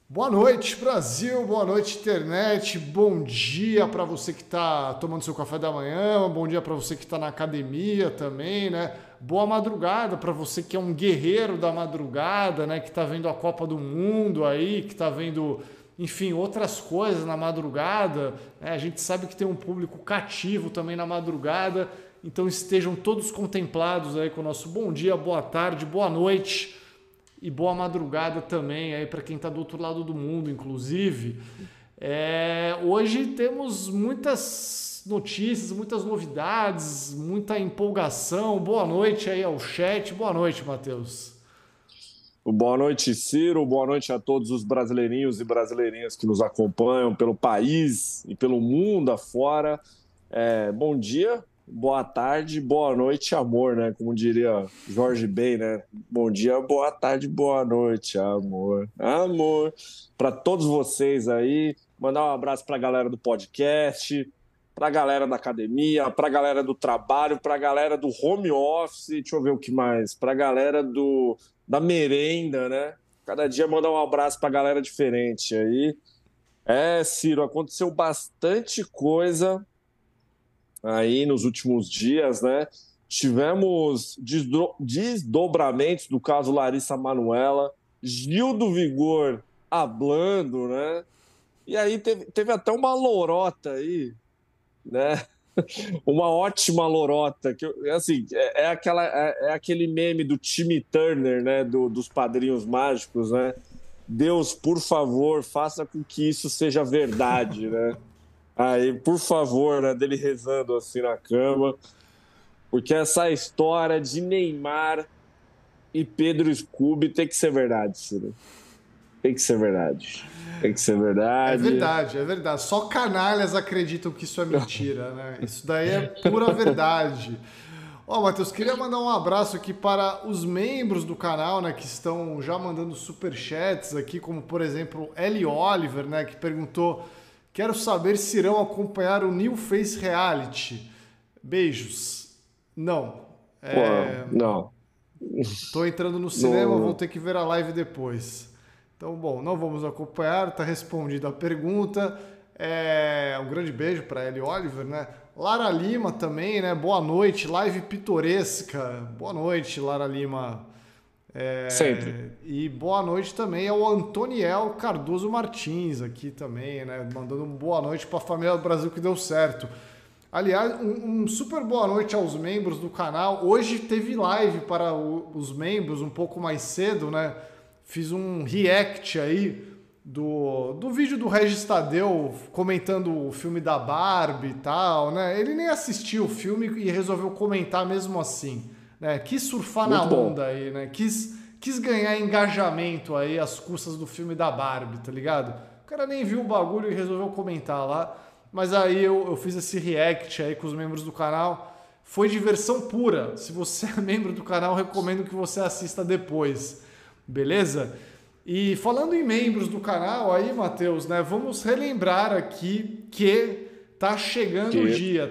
Boa noite, Brasil. Boa noite, internet. Bom dia para você que está tomando seu café da manhã. Bom dia para você que está na academia também, né? Boa madrugada para você que é um guerreiro da madrugada, né? Que está vendo a Copa do Mundo aí, que está vendo, enfim, outras coisas na madrugada, né? A gente sabe que tem um público cativo também na madrugada. Então estejam todos contemplados aí com o nosso bom dia, boa tarde, boa noite. E boa madrugada também aí para quem está do outro lado do mundo, inclusive. Hoje temos muitas notícias, muitas novidades, muita empolgação. Boa noite aí ao chat. Boa noite, Matheus. Boa noite, Ciro. Boa noite a todos os brasileirinhos e brasileirinhas que nos acompanham pelo país e pelo mundo afora. Bom dia, boa tarde, boa noite, amor, né? Como diria Jorge Ben, né? Bom dia, boa tarde, boa noite, amor. Amor. Para todos vocês aí, mandar um abraço para a galera do podcast, para a galera da academia, para a galera do trabalho, para a galera do home office, deixa eu ver o que mais, para a galera da merenda, né? Cada dia mandar um abraço para a galera diferente aí. Ciro, aconteceu bastante coisa aí nos últimos dias, né? Tivemos desdobramentos do caso Larissa Manoela, Gil do Vigor hablando, né? E aí teve até uma lorota aí, né? Uma ótima lorota, que assim, é aquele meme do Timmy Turner, né? Dos Padrinhos Mágicos, né? Deus, por favor, faça com que isso seja verdade, né? Aí, por favor, né, dele rezando assim na cama, porque essa história de Neymar e Pedro Scooby tem que ser verdade, Ciro. Tem que ser verdade. Tem que ser É verdade. verdade, é verdade. Só canalhas acreditam que isso é mentira, né? Isso daí é pura verdade. Ó, Matheus, queria mandar um abraço aqui para os membros do canal, né, que estão já mandando superchats aqui, como por exemplo Ellie Oliver, né, que perguntou: quero saber se irão acompanhar o New Face Reality. Beijos. Não. Pô, não. Tô entrando no cinema, vou Não. ter que ver a live depois. Então, bom, não vamos acompanhar, tá respondida a pergunta. Um grande beijo para Ellie Oliver, né? Lara Lima também, né? Boa noite, live pitoresca. Boa noite, Lara Lima. Sempre. E boa noite também ao Antoniel Cardoso Martins aqui também, né? Mandando uma boa noite para a família do Brasil que deu certo. Aliás, um super boa noite aos membros do canal. Hoje teve live para os membros um pouco mais cedo, né? Fiz um react aí do vídeo do Regis Tadeu comentando o filme da Barbie e tal, né? Ele nem assistiu o filme e resolveu comentar mesmo assim, né? Quis surfar na Muito bom. onda aí, né? Quis ganhar engajamento aí às custas do filme da Barbie, tá ligado? O cara nem viu o bagulho e resolveu comentar lá. Mas aí eu fiz esse react aí com os membros do canal. Foi diversão pura. Se você é membro do canal, recomendo que você assista depois. Beleza? E falando em membros do canal aí, Matheus, né? Vamos relembrar aqui que tá chegando o Que dia,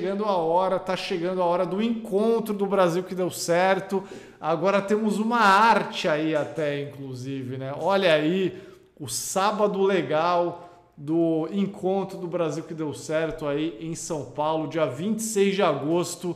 tá chegando a hora do encontro do Brasil que deu certo. Agora temos uma arte aí até, inclusive, né? Olha aí, o sábado legal do encontro do Brasil que deu certo aí em São Paulo, dia 26 de agosto,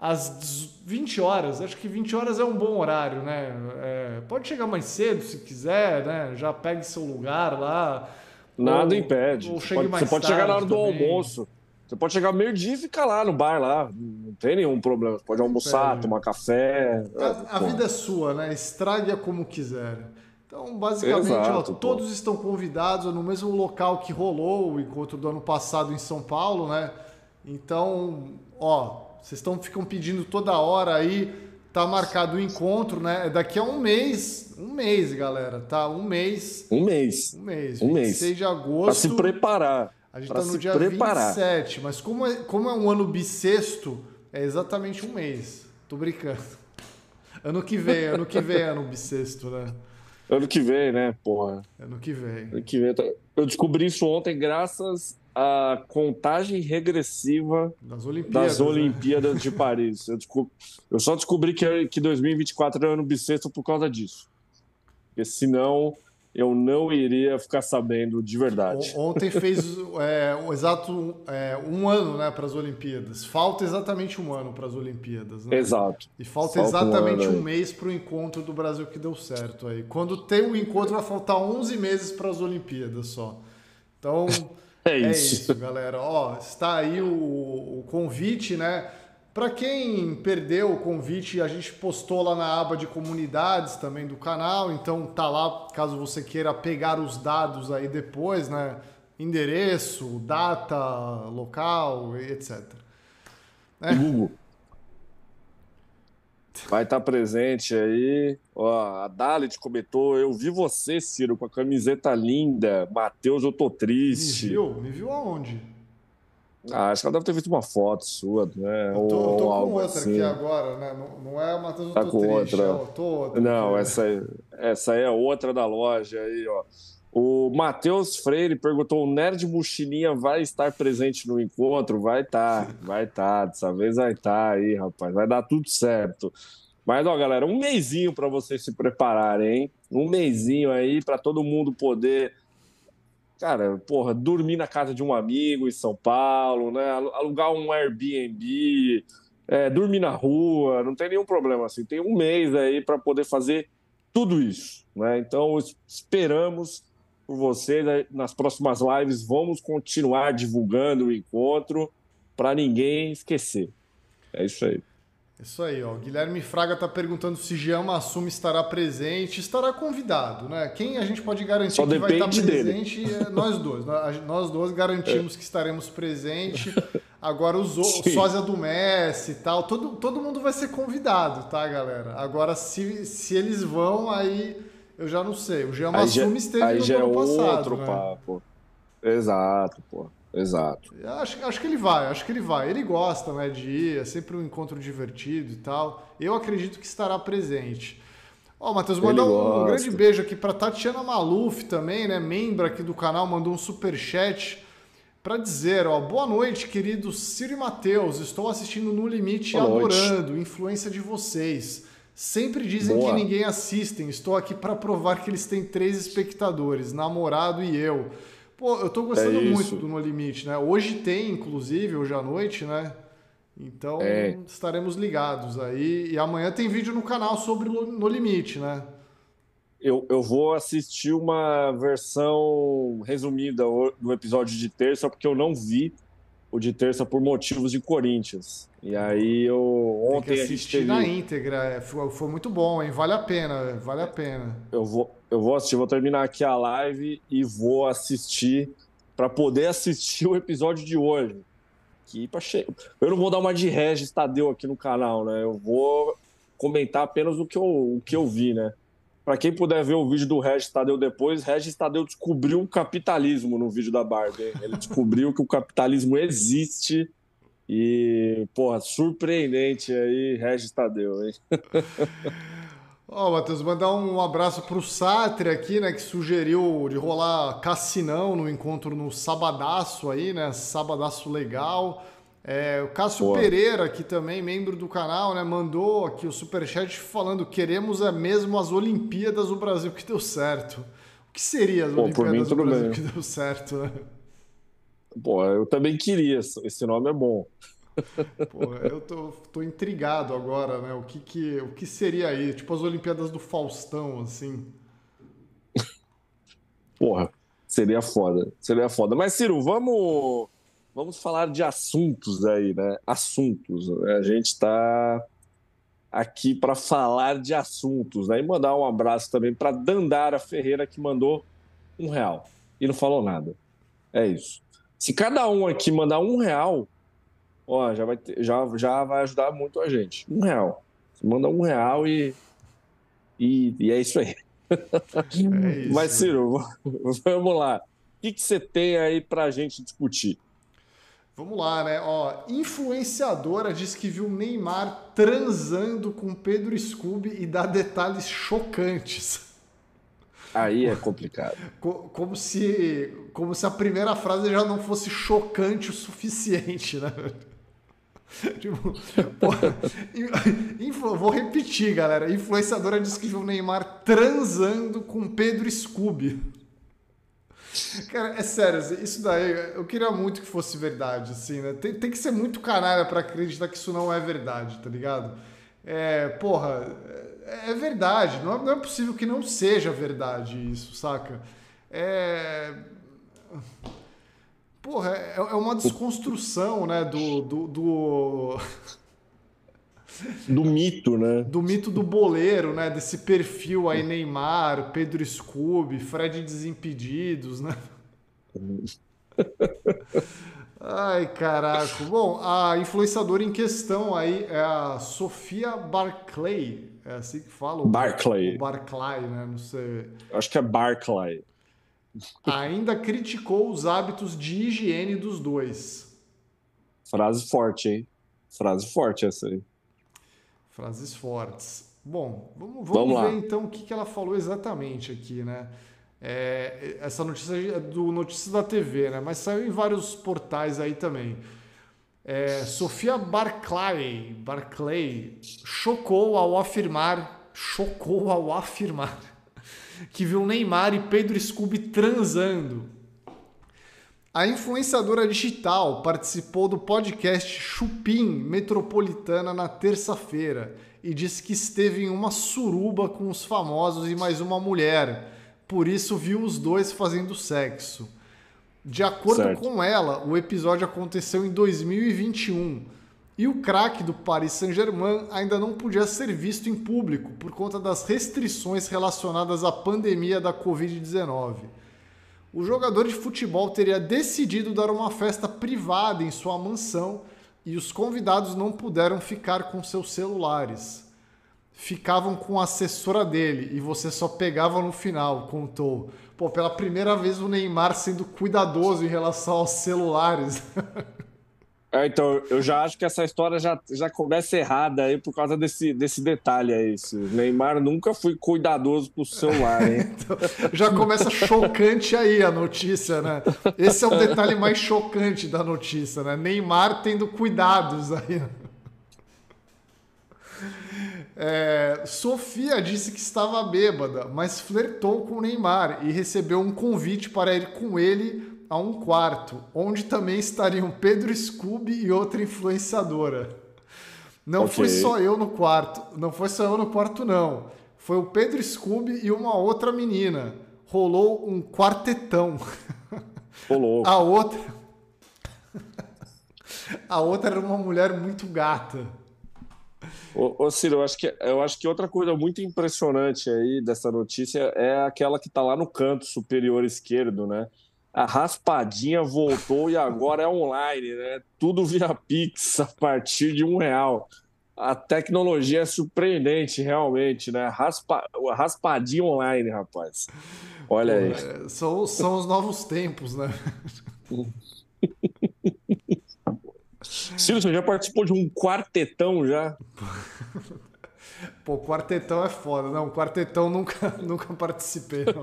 às 20 horas. Acho que 20 horas é um bom horário, né? Pode chegar mais cedo se quiser, né? Já pegue seu lugar lá, nada impede. ou chegue Você mais pode chegar na tarde hora do também. almoço. Você pode chegar meio-dia e ficar lá no bar lá. Não tem nenhum problema. Você pode Não almoçar, impede. tomar café. A Pô. vida é sua, né? Estrague-a como quiser. Então, basicamente, ó, Exato, pô. todos estão convidados no mesmo local que rolou o encontro do ano passado em São Paulo, né? Então, ó, ficam pedindo toda hora aí, tá marcado o encontro, né? É daqui a um mês, galera, tá? Um mês. Um mês, Um 26 mês. de Para se agosto. preparar. A gente Para tá no se dia vinte e preparar. sete, mas como é um ano bissexto, é exatamente um mês. Tô brincando. Ano que vem é ano bissexto, né? Ano que vem, né, porra? Ano que vem. Ano que vem. Eu descobri isso ontem graças à contagem regressiva Das das Olimpíadas, né? Olimpíadas de Paris. Eu só descobri que 2024 era ano bissexto por causa disso. Porque senão. eu não iria ficar sabendo de verdade. Ontem fez o exato um ano, né, para as Olimpíadas. Falta exatamente um ano para as Olimpíadas, né? Exato. E falta Falta um ano exatamente um aí. mês para o encontro do Brasil que deu certo aí. Quando tem o encontro, vai faltar 11 meses para as Olimpíadas só. Então, É é isso. isso, galera. Ó, está aí o convite, né? Para quem perdeu o convite, a gente postou lá na aba de comunidades também do canal, então tá lá caso você queira pegar os dados aí depois, né? Endereço, data, local, etc. E Né? Google vai estar presente aí. Ó, a Dalit comentou: eu vi você, Ciro, com a camiseta linda. Matheus, eu tô Me triste. viu? Me viu aonde? Ah, acho que ela deve ter visto uma foto sua, né? Eu tô Ou com algo outra aqui assim. agora, né? Não, não é, Matheus, eu Tá tô com triste, outra. eu tô outra aqui. Não, essa aí é outra da loja aí, ó. O Matheus Freire perguntou: o Nerd Mochilinha vai estar presente no encontro? Vai estar, vai estar. Dessa vez vai estar aí, rapaz. Vai dar tudo certo. Mas, ó, galera, um mesinho para vocês se prepararem, hein? Um mesinho aí para todo mundo poder, cara, porra, dormir na casa de um amigo em São Paulo, né? Alugar um Airbnb, dormir na rua, não tem nenhum problema assim. Tem um mês aí para poder fazer tudo isso, né? Então, esperamos por vocês aí nas próximas lives. Vamos continuar divulgando o encontro para ninguém esquecer. É isso aí. Isso aí, ó. Guilherme Fraga tá perguntando se Jean Massumi estará presente. Estará convidado, né? Quem a gente pode garantir Só que vai estar depende dele. presente é nós dois. Nós dois garantimos que estaremos presente. Agora, o Sim. sósia do Messi e tal, todo mundo vai ser convidado, tá, galera? Agora, se eles vão, aí eu já não sei. O Jean Massumi esteve Aí no já do é ano passado, outro né? papo. Exato, pô. Exato. Acho que ele vai, acho que ele vai. Ele gosta, né, de ir, é sempre um encontro divertido e tal. Eu acredito que estará presente. Ó, Matheus, Ele mandar um grande gosta. beijo aqui para Tatiana Maluf também, né, membro aqui do canal, mandou um superchat para dizer, ó, boa noite, queridos Ciro e Matheus. Estou assistindo No Limite e Boa noite. adorando, influência de vocês. Sempre dizem que Boa. ninguém assistem. Estou aqui para provar que eles têm 3 espectadores, namorado e eu. Pô, eu tô É gostando muito isso. do No Limite, né? Hoje tem, inclusive, hoje à noite, né? É. Então estaremos ligados aí. E amanhã tem vídeo no canal sobre No Limite, né? Eu vou assistir uma versão resumida do episódio de terça, porque eu não vi o de terça por motivos de Corinthians. E aí Tem que ontem a gente assistir na teve. íntegra. Foi muito bom, hein? Vale a pena, vale a pena. Eu vou assistir, vou terminar aqui a live e vou assistir para poder assistir o episódio de hoje. Eu não vou dar uma de Regis Tadeu aqui no canal, né? Eu vou comentar apenas o que eu vi, né? Para quem puder ver o vídeo do Regis Tadeu depois, Regis Tadeu descobriu o capitalismo no vídeo da Barbie. Hein? Ele descobriu que o capitalismo existe e, porra, surpreendente aí, Regis Tadeu, hein? Ó, Matheus, mandar um abraço pro Sátria aqui, né? Que sugeriu de rolar cassinão no encontro no Sabadaço aí, né? Sabadaço legal. O Cássio Porra, Pereira, aqui também, membro do canal, né? Mandou aqui o superchat falando: queremos mesmo as Olimpíadas do Brasil que deu certo. O que seria as pô, por mim Olimpíadas do tudo Brasil bem. que deu certo, né? Pô, eu também queria, esse nome é bom. Pô, eu tô intrigado agora, né? O que seria aí? Tipo as Olimpíadas do Faustão, assim. Porra, seria foda, seria foda. Mas, Ciro, vamos falar de assuntos aí, né? Assuntos. Né? A gente está aqui para falar de assuntos, né? E mandar um abraço também para Dandara Ferreira, que mandou R$ 1 e não falou nada. É isso. Se cada um aqui mandar R$ 1, ó, já vai ajudar muito a gente. R$ 1. Você manda R$ 1 e é isso aí. É Mas, isso. Ciro, vamos lá. O que você tem aí para a gente discutir? Vamos lá, né? Ó, influenciadora diz que viu Neymar transando com Pedro Scooby e dá detalhes chocantes. Aí é complicado. Como se a primeira frase já não fosse chocante o suficiente, né? Tipo, porra, vou repetir, galera. Influenciadora diz que viu o Neymar transando com Pedro Scooby. Cara, é sério, isso daí, eu queria muito que fosse verdade, assim, né? Tem que ser muito canalha pra acreditar que isso não é verdade, tá ligado? Porra, é verdade, não é possível que não seja verdade isso, saca? Porra, é uma desconstrução, né, Do mito, né? do mito do boleiro, né? Desse perfil aí, Neymar, Pedro Scooby, Fred Desimpedidos, né? Ai, caraca. Bom, a influenciadora em questão aí é a Sofia Barclay. É assim que fala? O Barclay. Barclay, né? Não sei. Acho que é Barclay. Ainda criticou os hábitos de higiene dos dois. Frase forte, hein? Frase forte essa aí. Frases fortes. Bom, vamos Vamos ver lá. então o que ela falou exatamente aqui, né? Essa notícia é do Notícias da TV, né? Mas saiu em vários portais aí também. Sofia Barclay chocou ao afirmar que viu Neymar e Pedro Scooby transando. A influenciadora digital participou do podcast Chupim Metropolitana na terça-feira e disse que esteve em uma suruba com os famosos e mais uma mulher. Por isso viu os dois fazendo sexo. De acordo com ela, o episódio aconteceu em 2021 e o craque do Paris Saint-Germain ainda não podia ser visto em público por conta das restrições relacionadas à pandemia da Covid-19. O jogador de futebol teria decidido dar uma festa privada em sua mansão e os convidados não puderam ficar com seus celulares. Ficavam com a assessora dele e você só pegava no final, contou. Pô, pela primeira vez o Neymar sendo cuidadoso em relação aos celulares. Então, eu já acho que essa história já começa errada aí por causa desse detalhe aí. Neymar nunca foi cuidadoso com o celular, hein? Então, já começa chocante aí a notícia, né? Esse é o detalhe mais chocante da notícia, né? Neymar tendo cuidados aí. Sofia disse que estava bêbada, mas flertou com o Neymar e recebeu um convite para ir com ele a um quarto, onde também estariam Pedro Scooby e outra influenciadora. Não foi só eu no quarto. Não foi só eu no quarto, não. Foi o Pedro Scooby e uma outra menina. Rolou um quartetão. Rolou. A outra era uma mulher muito gata. Ô Ciro, eu acho que outra coisa muito impressionante aí dessa notícia é aquela que está lá no canto superior esquerdo, né? A raspadinha voltou e agora é online, né? Tudo via Pix a partir de R$1. A tecnologia é surpreendente, realmente, né? Raspadinha online, rapaz. Olha aí. São os novos tempos, né? Ciro, você já participou de um quartetão já? Pô, quartetão é foda. Não, quartetão nunca participei. Não.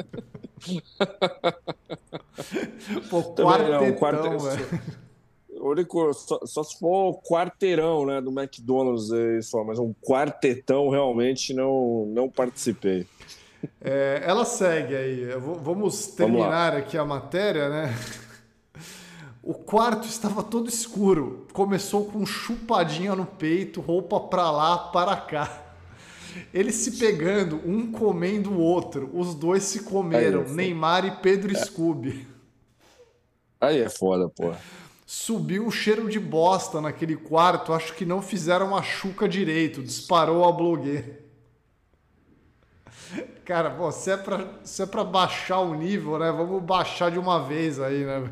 Pô, quartetão, velho. Só se for quarteirão, né, do McDonald's aí só, mas um quartetão realmente não participei. Ela segue aí. Vamos terminar aqui a matéria, né? O quarto estava todo escuro. Começou com chupadinha no peito, roupa pra lá, para cá. Eles se pegando, um comendo o outro. Os dois se comeram, Neymar e Pedro Scooby. Aí é foda, porra. Subiu um cheiro de bosta naquele quarto. Acho que não fizeram a chuca direito. Disparou a blogueira. Cara, pô, se é pra baixar o nível, né? Vamos baixar de uma vez aí, né?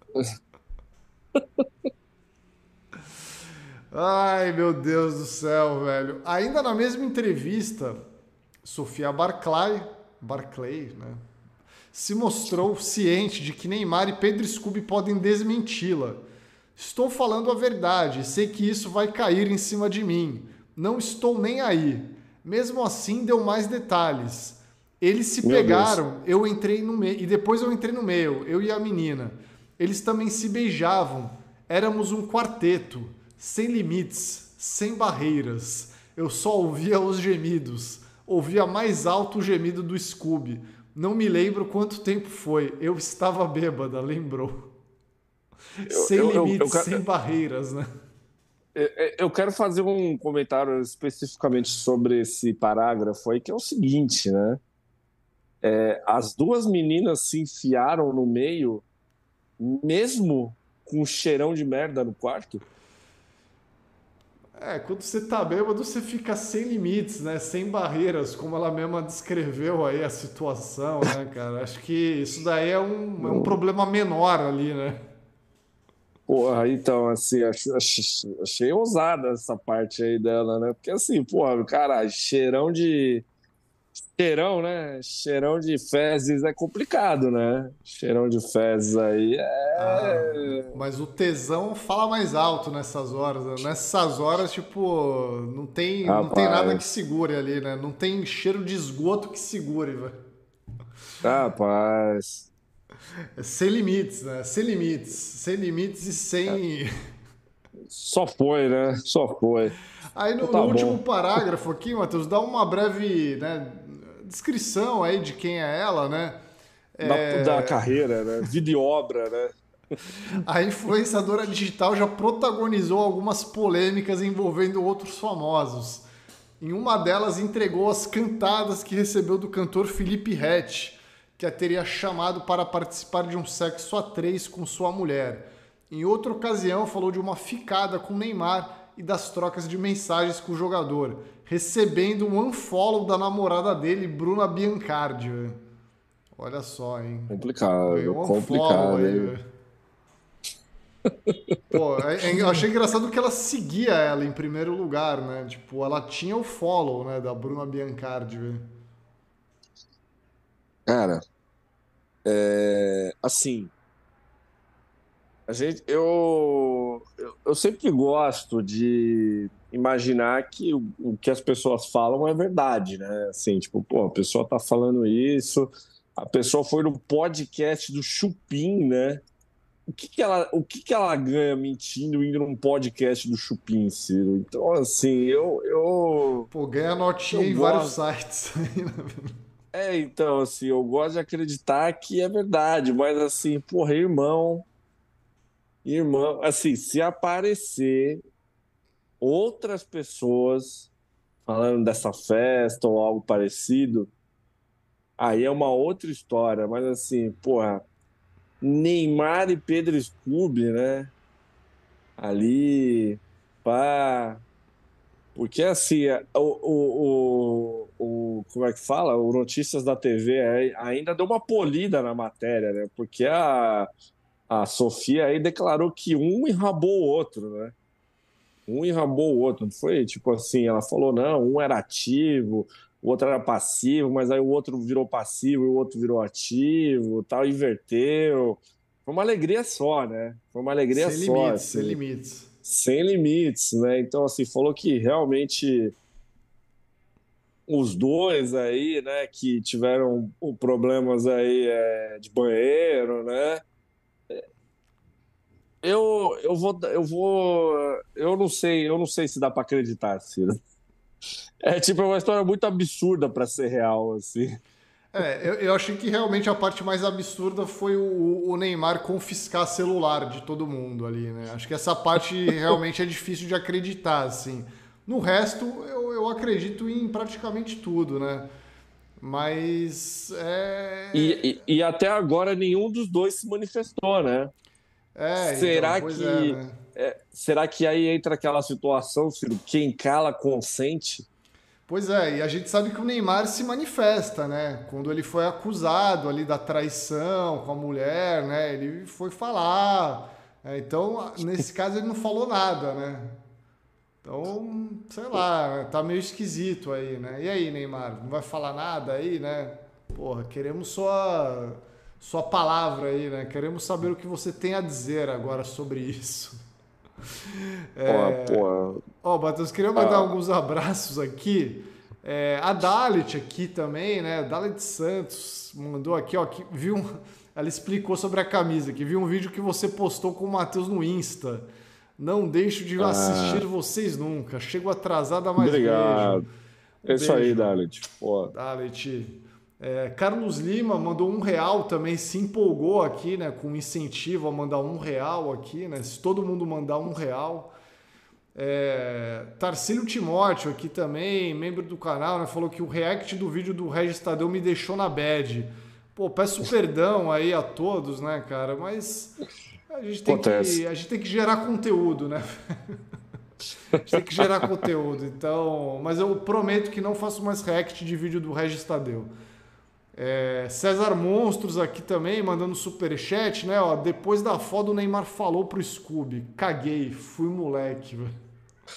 Ai, meu Deus do céu, velho. Ainda na mesma entrevista, Sofia Barclay, né, se mostrou ciente de que Neymar e Pedro Scooby podem desmenti-la. Estou falando a verdade, sei que isso vai cair em cima de mim. Não estou nem aí. Mesmo assim, deu mais detalhes. Eles se pegaram, eu entrei no meio, e depois eu entrei no meio, eu e a menina. Eles também se beijavam. Éramos um quarteto. sem limites, sem barreiras. Eu só ouvia os gemidos. Ouvia mais alto o gemido do Scooby. Não me lembro quanto tempo foi. Eu estava bêbada, lembrou. Sem limites, sem barreiras, né? Eu quero fazer um comentário especificamente sobre esse parágrafo aí, que é o seguinte, né? As duas meninas se enfiaram no meio, mesmo com um cheirão de merda no quarto. Quando você tá bêbado, você fica sem limites, né? Sem barreiras, como ela mesma descreveu aí a situação, né, cara? Acho que isso daí é um problema menor ali, né? Porra, então, assim, achei ousada essa parte aí dela, né? Porque, assim, porra, cara, cheirão de. Cheirão, né? Cheirão de fezes é complicado, né? Cheirão de fezes aí Ah, é. mas o tesão fala mais alto nessas horas, né? Nessas horas, tipo, não tem nada que Rapaz, segure ali, né? Não tem cheiro de esgoto que segure, velho. rapaz. É sem limites, né? Sem limites. Sem limites e sem. Só foi, né? Só foi. Aí Então no tá último bom. parágrafo aqui, Matheus, dá uma breve, né, descrição aí de quem é ela, né? Da É, carreira, né? Vida e obra, né? A influenciadora digital já protagonizou algumas polêmicas envolvendo outros famosos. Em uma delas, entregou as cantadas que recebeu do cantor Felipe Ret, que a teria chamado para participar de um sexo a três com sua mulher. Em outra ocasião, falou de uma ficada com Neymar e das trocas de mensagens com o jogador, recebendo um unfollow da namorada dele, Bruna Biancardi. Velho. Olha só, hein? Complicado, Ganhou um unfollow complicado, aí, hein? velho. Pô, eu achei engraçado que ela seguia ela em primeiro lugar, né? Tipo, ela tinha o follow, né, da Bruna Biancardi, velho. Cara, assim, eu sempre gosto de imaginar que o que as pessoas falam é verdade, né? Assim, tipo, pô, a pessoa tá falando isso, a pessoa foi no podcast do Chupim, né? O que que ela ganha mentindo indo num podcast do Chupim, Ciro? Então, assim, Pô, ganha notinha eu em vários gosto. sites. Então, assim, eu gosto de acreditar que é verdade, mas assim, porra, irmão, assim, se aparecer outras pessoas falando dessa festa ou algo parecido, aí é uma outra história, mas assim, porra, Neymar e Pedro Scooby, né? Ali, pá. Porque assim, como é que fala? O Notícias da TV ainda deu uma polida na matéria, né? Porque a Sofia aí declarou que um enrabou o outro, né? Um enrabou o outro. Não foi tipo assim, ela falou, não, um era ativo, o outro era passivo, mas aí o outro virou passivo e o outro virou ativo, tal, inverteu. Foi uma alegria só, né? Foi uma alegria Sem só, limites, sem assim, limites. sem limites, né? Então, assim, falou que realmente os dois aí, né, que tiveram problemas aí de banheiro, né? Eu não sei se dá para acreditar, Ciro. É uma história muito absurda para ser real, assim. Eu achei que realmente a parte mais absurda foi o Neymar confiscar celular de todo mundo ali, né? Acho que essa parte realmente é difícil de acreditar, assim. No resto, eu acredito em praticamente tudo, né? Mas E até agora nenhum dos dois se manifestou, né? então, Será pois é, que né? será que aí entra aquela situação, Ciro, quem cala consente? Pois é, e a gente sabe que o Neymar se manifesta, né? Quando ele foi acusado ali da traição com a mulher, né? Ele foi falar. Então, nesse caso, ele não falou nada, né? Então, sei lá, tá meio esquisito aí, né? E aí, Neymar, não vai falar nada aí, né? Porra, queremos sua palavra aí, né? Queremos saber o que você tem a dizer agora sobre isso. Pô, Ó, Matheus, queria mandar a, alguns abraços aqui. A Dalit aqui também, né? Dalit Santos mandou aqui, ó, que viu, ela explicou sobre a camisa, que viu um vídeo que você postou com o Matheus no Insta. Não deixo de assistir vocês nunca. Chego atrasada, mas beijo. Obrigado. É isso aí, Beijo. Dalit. Pô, Dalet. Carlos Lima mandou R$ 1 também, se empolgou aqui, né? Com incentivo a mandar R$ 1 aqui, né? Se todo mundo mandar R$ 1. Tarcílio Timóteo aqui também, membro do canal, né? Falou que o react do vídeo do Regis Tadeu me deixou na bad. Pô, peço perdão aí a todos, né, cara? Mas acontece. a gente tem que gerar conteúdo, né? A gente tem que gerar conteúdo. Então, mas eu prometo que não faço mais react de vídeo do Regis Tadeu. César Monstros aqui também, mandando superchat, né? Ó, depois da foda o Neymar falou pro Scooby. Caguei, fui moleque, velho.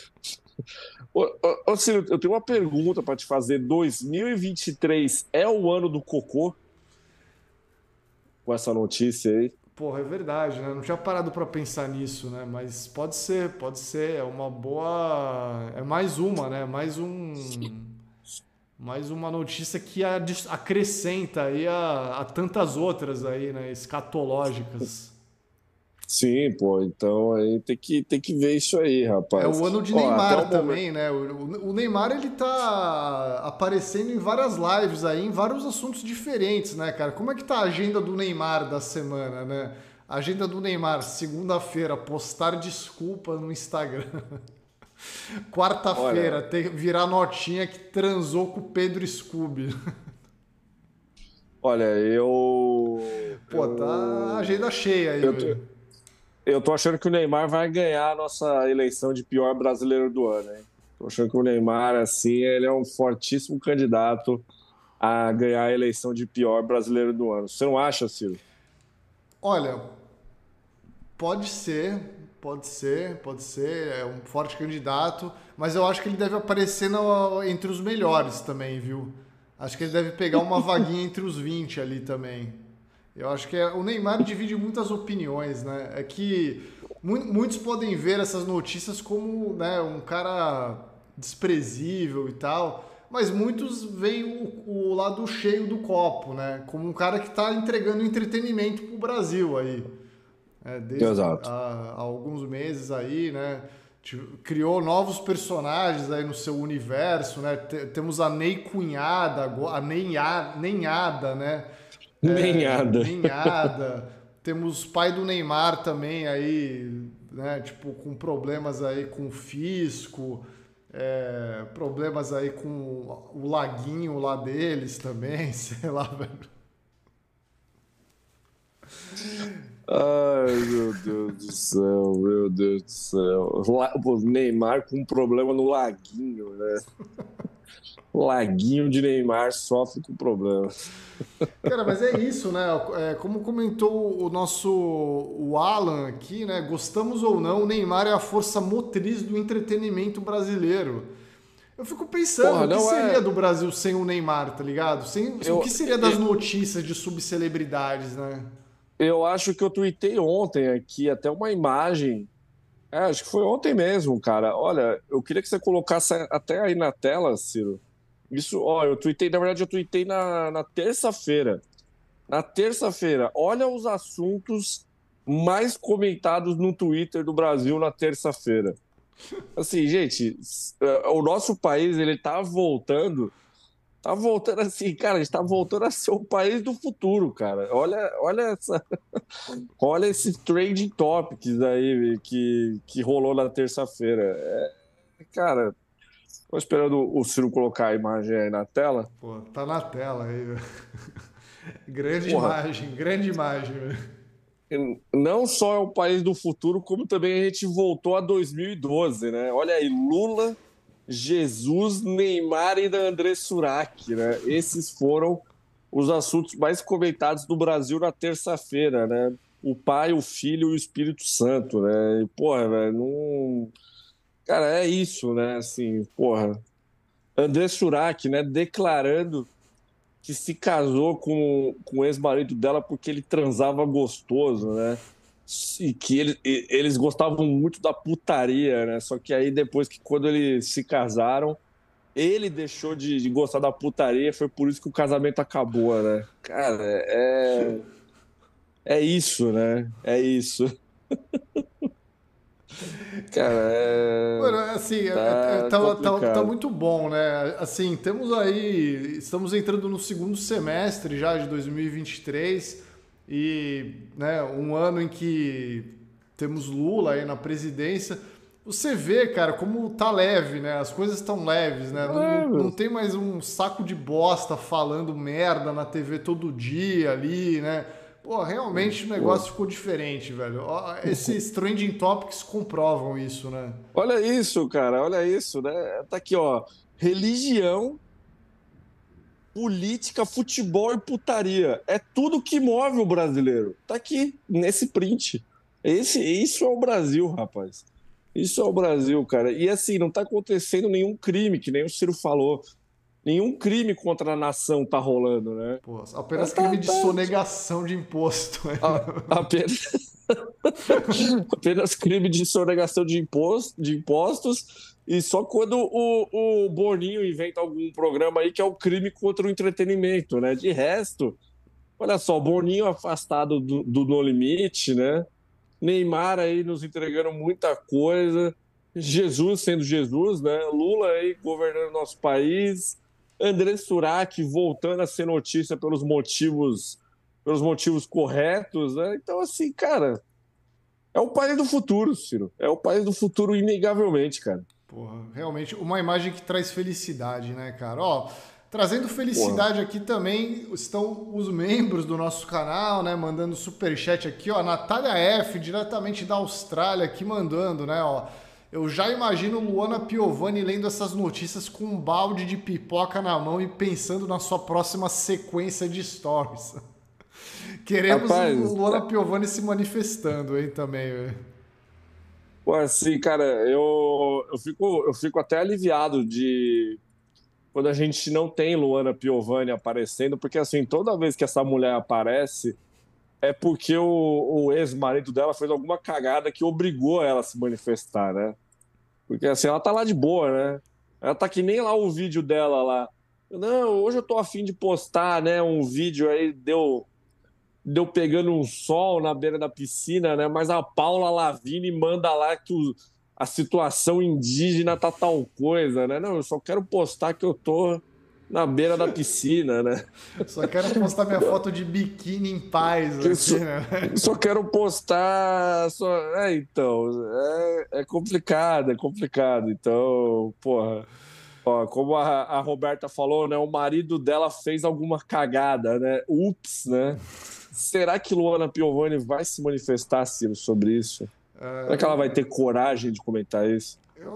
Ô, Ciro, eu tenho uma pergunta para te fazer. 2023 é o ano do cocô? Com essa notícia aí? Porra, é verdade, né? Não tinha parado pra pensar nisso, né? Mas pode ser, pode ser. É uma boa. É mais uma, né? Mais uma notícia que acrescenta aí a tantas outras aí, né? Escatológicas. Sim, pô. Então aí tem que ver isso aí, É rapaz. o ano de Ó, até Neymar o momento. também, né? O Neymar, ele tá aparecendo em várias lives aí, em vários assuntos diferentes, né, cara? Como é que tá a agenda do Neymar da semana, né? A agenda do Neymar, segunda-feira, postar desculpa no Instagram. Olha, Quarta-feira, virar notinha que transou com o Pedro Scooby. olha, eu. Pô, tá Eu. agenda cheia aí, Eu tô, velho. eu tô achando que o Neymar vai ganhar a nossa eleição de pior brasileiro do ano, hein? Tô achando que o Neymar, assim, ele é um fortíssimo candidato a ganhar a eleição de pior brasileiro do ano. Você não acha, Ciro? Olha, pode ser, pode ser, pode ser. É um forte candidato, mas eu acho que ele deve aparecer entre os melhores também, viu? Acho que ele deve pegar uma vaguinha entre os 20 ali também. Eu acho que o Neymar divide muitas opiniões, né? É que muitos podem ver essas notícias como, né, um cara desprezível e tal, mas muitos veem o lado cheio do copo, né? Como um cara que está entregando entretenimento pro Brasil aí. Desde Exato. há alguns meses aí, né? Criou novos personagens aí no seu universo, né? Temos a Ney Cunhada, a Neyada, né? Nem nada. Nenhada. Temos pai do Neymar também aí, né? Tipo, com problemas aí com o fisco, problemas aí com o laguinho lá deles também, sei lá, velho. Ai, meu Deus do céu, meu Deus do céu. O Neymar com um problema no laguinho, né? Laguinho de Neymar sofre com problemas. Cara, mas é isso, né? Como comentou o Alan aqui, né? Gostamos ou não, o Neymar é a força motriz do entretenimento brasileiro. Eu fico pensando, Porra, o que não seria é. do Brasil sem o Neymar, tá ligado? O Eu, que seria das notícias de subcelebridades, né? eu acho que eu tuitei ontem aqui até uma imagem. Acho que foi ontem mesmo, cara. Olha, eu queria que você colocasse até aí na tela, Ciro. Isso, ó, eu tuitei, na verdade, eu tuitei na terça-feira. Na terça-feira, olha os assuntos mais comentados no Twitter do Brasil na terça-feira. Assim, gente, o nosso país, ele tá voltando assim, cara, a gente tá voltando a ser o país do futuro, cara. Olha esse trending topics aí que rolou na terça-feira. Cara, tô esperando o Ciro colocar a imagem aí na tela. Pô, tá na tela aí. Grande Porra, imagem, grande imagem, velho. não só é o país do futuro, como também a gente voltou a 2012, né? Olha aí, Lula, Jesus, Neymar e André Surak, né? Esses foram os assuntos mais comentados do Brasil na terça-feira, né? O Pai, o Filho e o Espírito Santo, né? E, porra, velho, não. Cara, é isso, né? Assim, porra. André Surak, né? Declarando que se casou com o ex-marido dela porque ele transava gostoso, né? E que eles gostavam muito da putaria, né? Só que aí depois que quando eles se casaram, ele deixou de gostar da putaria, foi por isso que o casamento acabou, né? Cara, é isso, né? É isso. Cara, Mano, assim, tá tá complicado. muito bom, né? Assim, temos aí, estamos entrando no segundo semestre já de 2023 e, né, um ano em que temos Lula aí na presidência. Você vê, cara, como tá leve, né? As coisas estão leves, né? É, Não tem mais um saco de bosta falando merda na TV todo dia ali, né? Pô, realmente o pô. negócio ficou diferente, velho. Ó, esses trending topics comprovam isso, né? Olha isso, cara, olha isso, né? Tá aqui, ó. Religião, política, futebol e putaria. É tudo que move o brasileiro. Tá aqui, nesse print. Isso é o Brasil, rapaz. Isso é o Brasil, cara. E assim, não tá acontecendo nenhum crime, que nem o Ciro falou. Nenhum crime contra a nação tá rolando, né? Pô, apenas crime Tá, de tá, sonegação de imposto. apenas, apenas crime de sonegação de impostos, e só quando o Boninho inventa algum programa aí que é o crime contra o entretenimento, né? De resto, olha só, Boninho afastado do No Limite, né? Neymar aí nos entregando muita coisa, Jesus sendo Jesus, né? Lula aí governando nosso país, André Surak voltando a ser notícia pelos motivos corretos, né? Então, assim, cara, é o país do futuro, Ciro. É o país do futuro, inegavelmente, cara. Porra, realmente uma imagem que traz felicidade, né, cara? Ó, trazendo Porra. felicidade aqui também estão os membros do nosso canal, né? Mandando superchat aqui, ó. Natália F, diretamente da Austrália, aqui mandando, né, ó. Eu já imagino Luana Piovani lendo essas notícias com um balde de pipoca na mão e pensando na sua próxima sequência de stories. Queremos o Rapaz, Luana Piovani se manifestando, hein, também, velho. pô, assim, cara, eu fico até aliviado de quando a gente não tem Luana Piovani aparecendo, porque assim, toda vez que essa mulher aparece, é porque o ex-marido dela fez alguma cagada que obrigou ela a se manifestar, né? Porque assim, ela tá lá de boa, né? Ela tá que nem lá o vídeo dela lá. Não, hoje eu tô afim de postar, né? Um vídeo aí, deu pegando um sol na beira da piscina, né? Mas a Paula Lavigne manda lá que a situação indígena tá tal coisa, né? Não, eu só quero postar que eu tô na beira da piscina, né? Só quero postar minha foto de biquíni em paz Que eu aqui, só, né? só quero postar. Então, é complicado, é complicado. Então, porra. Ó, como a Roberta falou, né? O marido dela fez alguma cagada, né? Ups, né? Será que Luana Piovani vai se manifestar, Ciro, sobre isso? Será que ela vai ter coragem de comentar isso?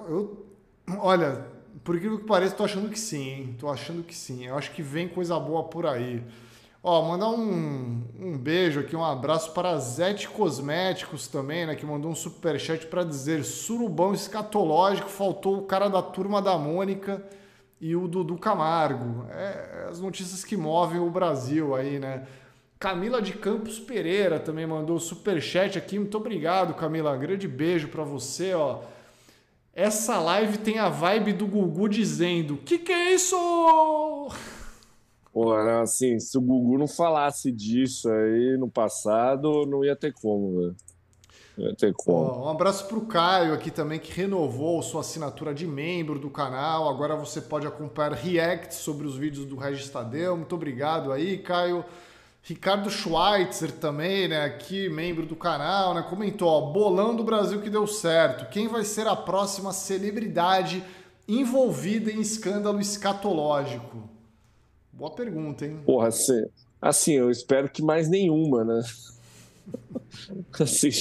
Olha, por incrível que pareça, tô achando que sim, hein? Tô achando que sim. Eu acho que vem coisa boa por aí. Ó, mandar um beijo aqui, um abraço para a Zete Cosméticos também, né? Que mandou um superchat para dizer surubão escatológico, faltou o cara da turma da Mônica e o Dudu Camargo. É as notícias que movem o Brasil aí, né? Camila de Campos Pereira também mandou superchat aqui. Muito obrigado, Camila. Grande beijo para você, ó. Essa live tem a vibe do Gugu dizendo: Que é isso? Pô, né, assim, se o Gugu não falasse disso aí no passado, não ia ter como, velho. Não ia ter como. Ó, um abraço pro Caio aqui também, que renovou sua assinatura de membro do canal. Agora você pode acompanhar reacts sobre os vídeos do Regis Tadeu. Muito obrigado aí, Caio. Ricardo Schweitzer também, né, aqui, membro do canal, né, comentou, ó, bolão do Brasil que deu certo. Quem vai ser a próxima celebridade envolvida em escândalo escatológico? Boa pergunta, hein? Porra, assim, eu espero que mais nenhuma, né? Assim,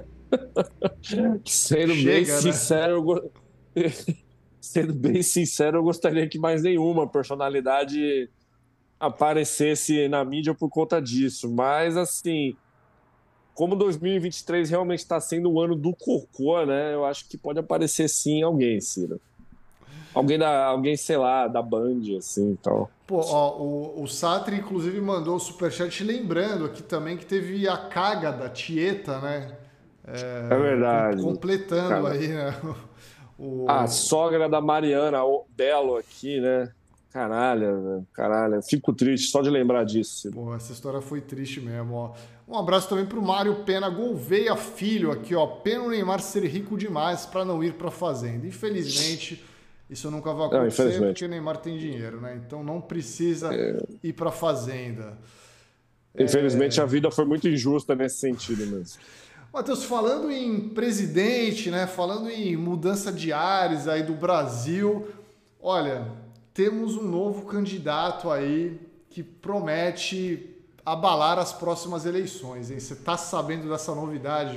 sendo bem Chega, né? sincero, sendo bem sincero, eu gostaria que mais nenhuma personalidade aparecesse na mídia por conta disso. Mas, assim, como 2023 realmente está sendo o ano do cocô, né? Eu acho que pode aparecer sim alguém, Ciro. Alguém, sei lá, da Band, assim, então. Pô, ó, o Satri, inclusive, mandou o superchat lembrando aqui também que teve a caga da Tieta, né? É verdade, Completando cara. aí, né? A O, sogra da Mariana Belo aqui, né? Caralho, velho, caralho. Eu fico triste só de lembrar disso. Pô, essa história foi triste mesmo, ó. Um abraço também pro Mário Pena Gouveia Filho aqui, ó. Pena o Neymar ser rico demais para não ir pra Fazenda. Infelizmente, isso nunca vai Não, acontecer porque infelizmente. o Neymar tem dinheiro, né? Então não precisa ir pra Fazenda. Infelizmente a vida foi muito injusta nesse sentido mesmo. Matheus, falando em presidente, né? Falando em mudança de ares aí do Brasil, olha, temos um novo candidato aí que promete abalar as próximas eleições, hein? Você tá sabendo dessa novidade?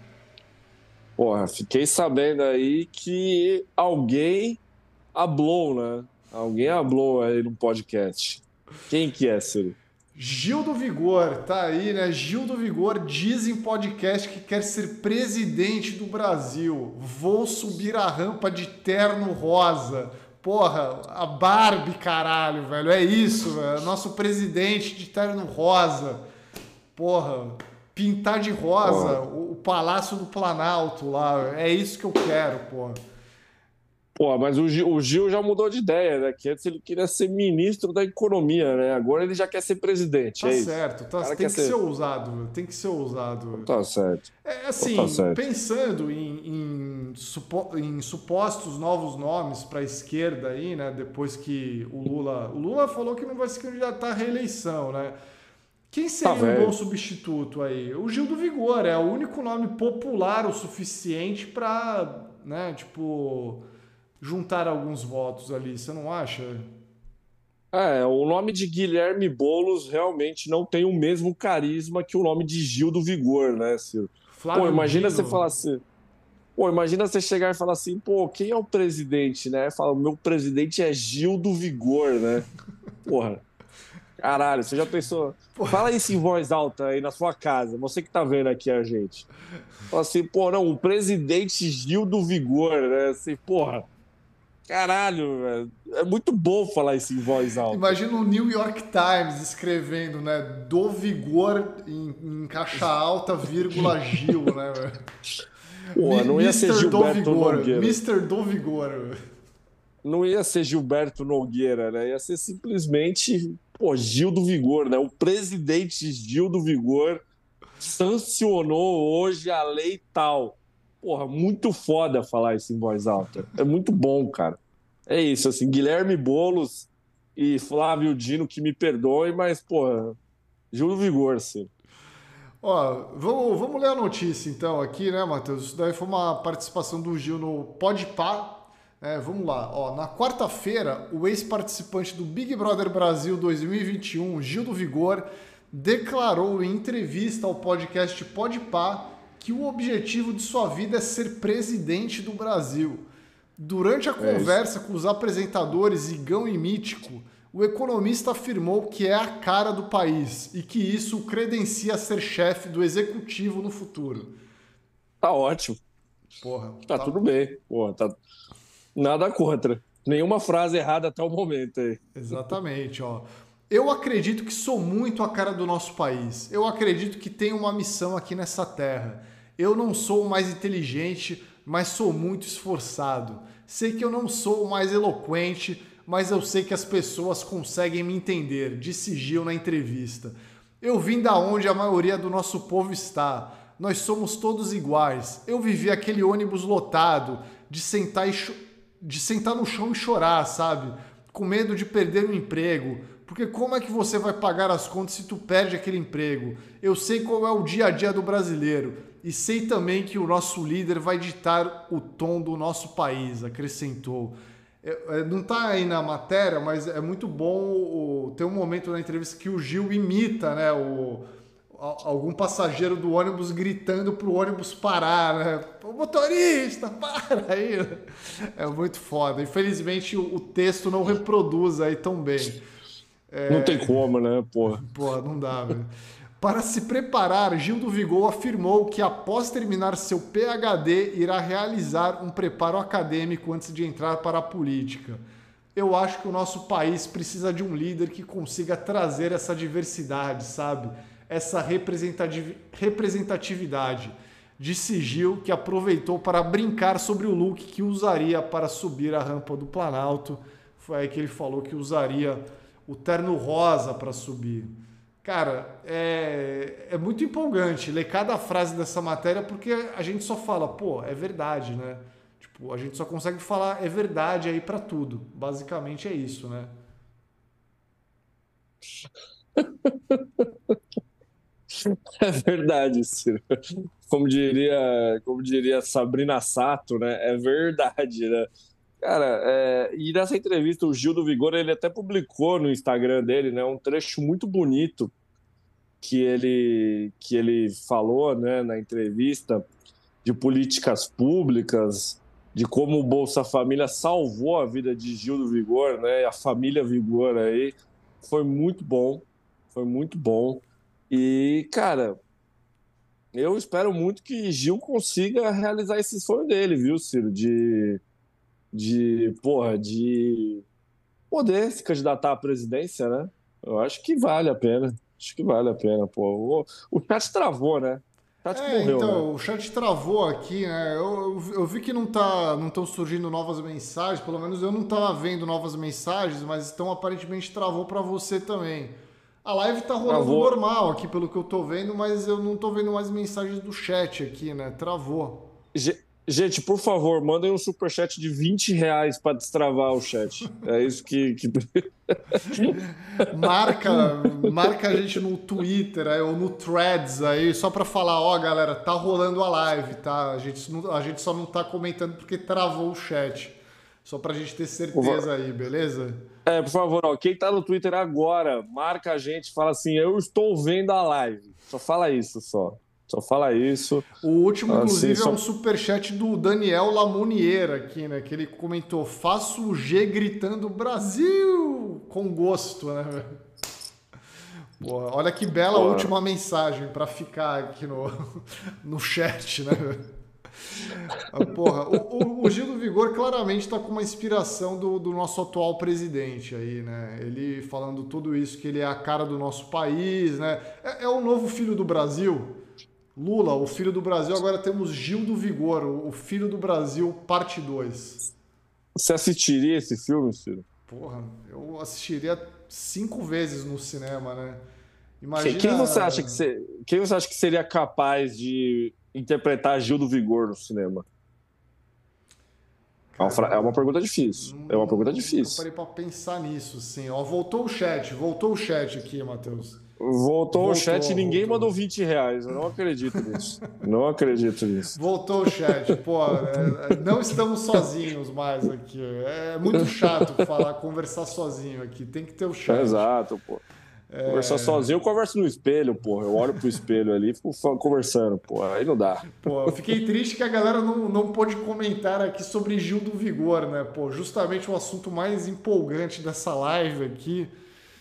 Porra, fiquei sabendo aí que alguém hablou, né? Alguém hablou aí no podcast. Quem que é, Ciro? Gil do Vigor, tá aí, né? Gil do Vigor diz em podcast que quer ser presidente do Brasil. Vou subir a rampa de terno rosa. Porra, a Barbie, caralho, velho. É isso, velho. Nosso presidente de terno rosa. Porra, pintar de rosa Porra. o Palácio do Planalto lá. É isso que eu quero, porra. Pô, mas o Gil já mudou de ideia, né? Que antes ele queria ser ministro da economia, né? Agora ele já quer ser presidente, Tá é isso. certo, O cara tem quer que ser ser. ousado, velho. Tem que ser ousado. Tá certo. É Tá assim, certo. pensando em supostos novos nomes para a esquerda aí, né? Depois que o Lula falou que não vai se candidatar à reeleição, né? Quem Tá seria um bom velho. substituto aí? O Gil do Vigor é o único nome popular o suficiente para, né? Tipo, juntar alguns votos ali. Você não acha? É, o nome de Guilherme Boulos realmente não tem o mesmo carisma que o nome de Gil do Vigor, né, Ciro? Pô, Flávio imagina você falar Dino. assim. Pô, imagina você chegar e falar assim, pô, quem é o presidente, né? Fala, o meu presidente é Gil do Vigor, né? Porra, caralho, você já pensou? Fala isso em voz alta aí na sua casa, você que tá vendo aqui a gente. Fala assim, pô, não, o presidente Gil do Vigor, né? Assim, porra, caralho, velho. É muito bom falar isso em voz alta. Imagina o New York Times escrevendo, né? Do Vigor em caixa alta, vírgula Gil, né? Velho? Pô, não ia ser Mr. Do Gilberto Vigor. Nogueira. Mr. Do Vigor. Não ia ser Gilberto Nogueira, né? Ia ser simplesmente, pô, Gil do Vigor, né? O presidente Gil do Vigor sancionou hoje a lei tal. Porra, muito foda falar isso em voz alta. É muito bom, cara. É isso, assim, Guilherme Boulos e Flávio Dino, que me perdoem, mas, porra, Gil do Vigor, assim. Ó, vamos ler a notícia então aqui, né, Matheus? Isso daí foi uma participação do Gil no Podpah. Vamos lá. Ó, na quarta-feira, o ex-participante do Big Brother Brasil 2021, Gil do Vigor, declarou em entrevista ao podcast Podpah que o objetivo de sua vida é ser presidente do Brasil. Durante a É isso. conversa com os apresentadores Igão e Mítico, o economista afirmou que é a cara do país e que isso o credencia a ser chefe do executivo no futuro. Tá ótimo. Porra, Tá tá. tudo bem. Porra, tá nada contra. Nenhuma frase errada até o momento aí. Exatamente, ó. Eu acredito que sou muito a cara do nosso país. Eu acredito que tenho uma missão aqui nessa terra. Eu não sou o mais inteligente, mas sou muito esforçado. Sei que eu não sou o mais eloquente, mas eu sei que as pessoas conseguem me entender, disse Gil na entrevista. Eu vim da onde a maioria do nosso povo está. Nós somos todos iguais. Eu vivi aquele ônibus lotado de sentar no chão e chorar, sabe? Com medo de perder o emprego. Porque como é que você vai pagar as contas se tu perde aquele emprego? Eu sei qual é o dia a dia do brasileiro. E sei também que o nosso líder vai ditar o tom do nosso país, acrescentou. Não está aí na matéria, mas é muito bom ter um momento na entrevista que o Gil imita, né, algum passageiro do ônibus gritando pro ônibus parar, né? O motorista, para aí. É muito foda. Infelizmente o texto não reproduz aí tão bem. Não tem como, né, porra? Porra, não dá, velho. Para se preparar, Gil do Vigor afirmou que após terminar seu PhD, irá realizar um preparo acadêmico antes de entrar para a política. Eu acho que o nosso país precisa de um líder que consiga trazer essa diversidade, sabe? Essa representatividade. Disse Gil, que aproveitou para brincar sobre o look que usaria para subir a rampa do Planalto. Foi aí que ele falou que usaria o terno rosa para subir. Cara, é muito empolgante ler cada frase dessa matéria porque a gente só fala, pô, é verdade, né? Tipo, a gente só consegue falar é verdade aí para tudo. Basicamente é isso, né? É verdade, Ciro. Como diria Sabrina Sato, né? É verdade, né? Cara, e nessa entrevista o Gil do Vigor, ele até publicou no Instagram dele, né, um trecho muito bonito que ele falou, né, na entrevista de políticas públicas, de como o Bolsa Família salvou a vida de Gil do Vigor, né, a família Vigor aí. Foi muito bom, foi muito bom. E, cara, eu espero muito que Gil consiga realizar esse sonho dele, viu, Ciro? De poder se candidatar à presidência, né? Eu acho que vale a pena. Acho que vale a pena, pô. O chat travou, né? O chat morreu, né? Então, o chat travou aqui, né? Eu vi que não estão surgindo novas mensagens, pelo menos eu não estava vendo novas mensagens, mas então aparentemente travou para você também. A live tá rolando Travou. normal aqui, pelo que eu tô vendo, mas eu não tô vendo mais mensagens do chat aqui, né? Travou. Gente, por favor, mandem um superchat de R$ 20 para destravar o chat. É isso que... Marca a gente no Twitter aí, ou no Threads aí, só pra falar, ó, galera, tá rolando a live, tá? A gente só não tá comentando porque travou o chat. Só pra gente ter certeza aí, beleza? Por favor, ó, quem tá no Twitter agora, marca a gente, fala assim, eu estou vendo a live. Só fala isso, só. Só fala isso. O último, Assim, inclusive, é só... um superchat do Daniel Lamounier aqui, né? Que ele comentou, faço o G gritando Brasil com gosto, né? Porra, olha que bela Porra. última mensagem pra ficar aqui no chat, né? Porra, o Gil do Vigor claramente está com uma inspiração do nosso atual presidente aí, né? Ele falando tudo isso, que ele é a cara do nosso país, né? É o novo filho do Brasil. Lula, o filho do Brasil. Agora temos Gil do Vigor, o filho do Brasil, parte 2. Você assistiria esse filme, Ciro? Porra, eu assistiria 5 vezes no cinema, né? Quem você Imagina. acha quem você acha que seria capaz de interpretar Gil do Vigor no cinema? Cara, É uma pergunta difícil. É uma pergunta nunca difícil. parei pra pensar nisso, assim. Ó, voltou o chat aqui, Matheus. Voltou o chat e ninguém Voltou. mandou R$ 20. Eu não acredito nisso. Não acredito nisso. Voltou o chat. Pô, não estamos sozinhos mais aqui. É muito chato conversar sozinho aqui. Tem que ter o chat. Exato, pô. Conversar sozinho, eu converso no espelho, pô. Eu olho pro espelho ali e fico conversando, pô. Aí não dá. Pô, eu fiquei triste que a galera não pôde comentar aqui sobre Gil do Vigor, né? Pô, justamente o assunto mais empolgante dessa live aqui.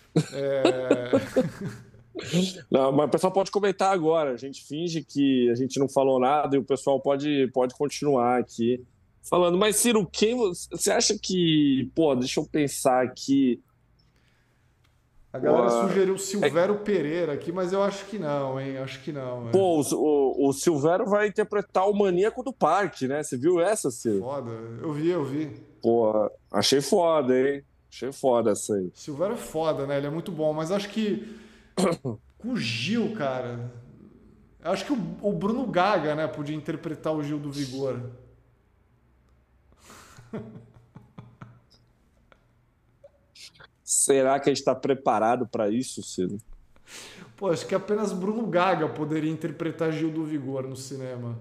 Não, mas o pessoal pode comentar agora. A gente finge que a gente não falou nada e o pessoal pode continuar aqui falando. Mas, Ciro, quem você acha que. Pô, deixa eu pensar aqui. A Pô, galera sugeriu Silvério Pereira aqui, mas eu acho que não, hein? Acho que não, né? o Silvério vai interpretar o Maníaco do Parque, né? Você viu essa, Ciro? Foda. Eu vi. Pô, achei foda, hein? Achei foda essa aí. Silvério é foda, né? Ele é muito bom, mas acho que com o Gil, cara. Acho que o Bruno Gaga, né, podia interpretar o Gil do Vigor. Será que a gente está preparado para isso, Ciro? Pô, acho que apenas Bruno Gaga poderia interpretar Gil do Vigor no cinema.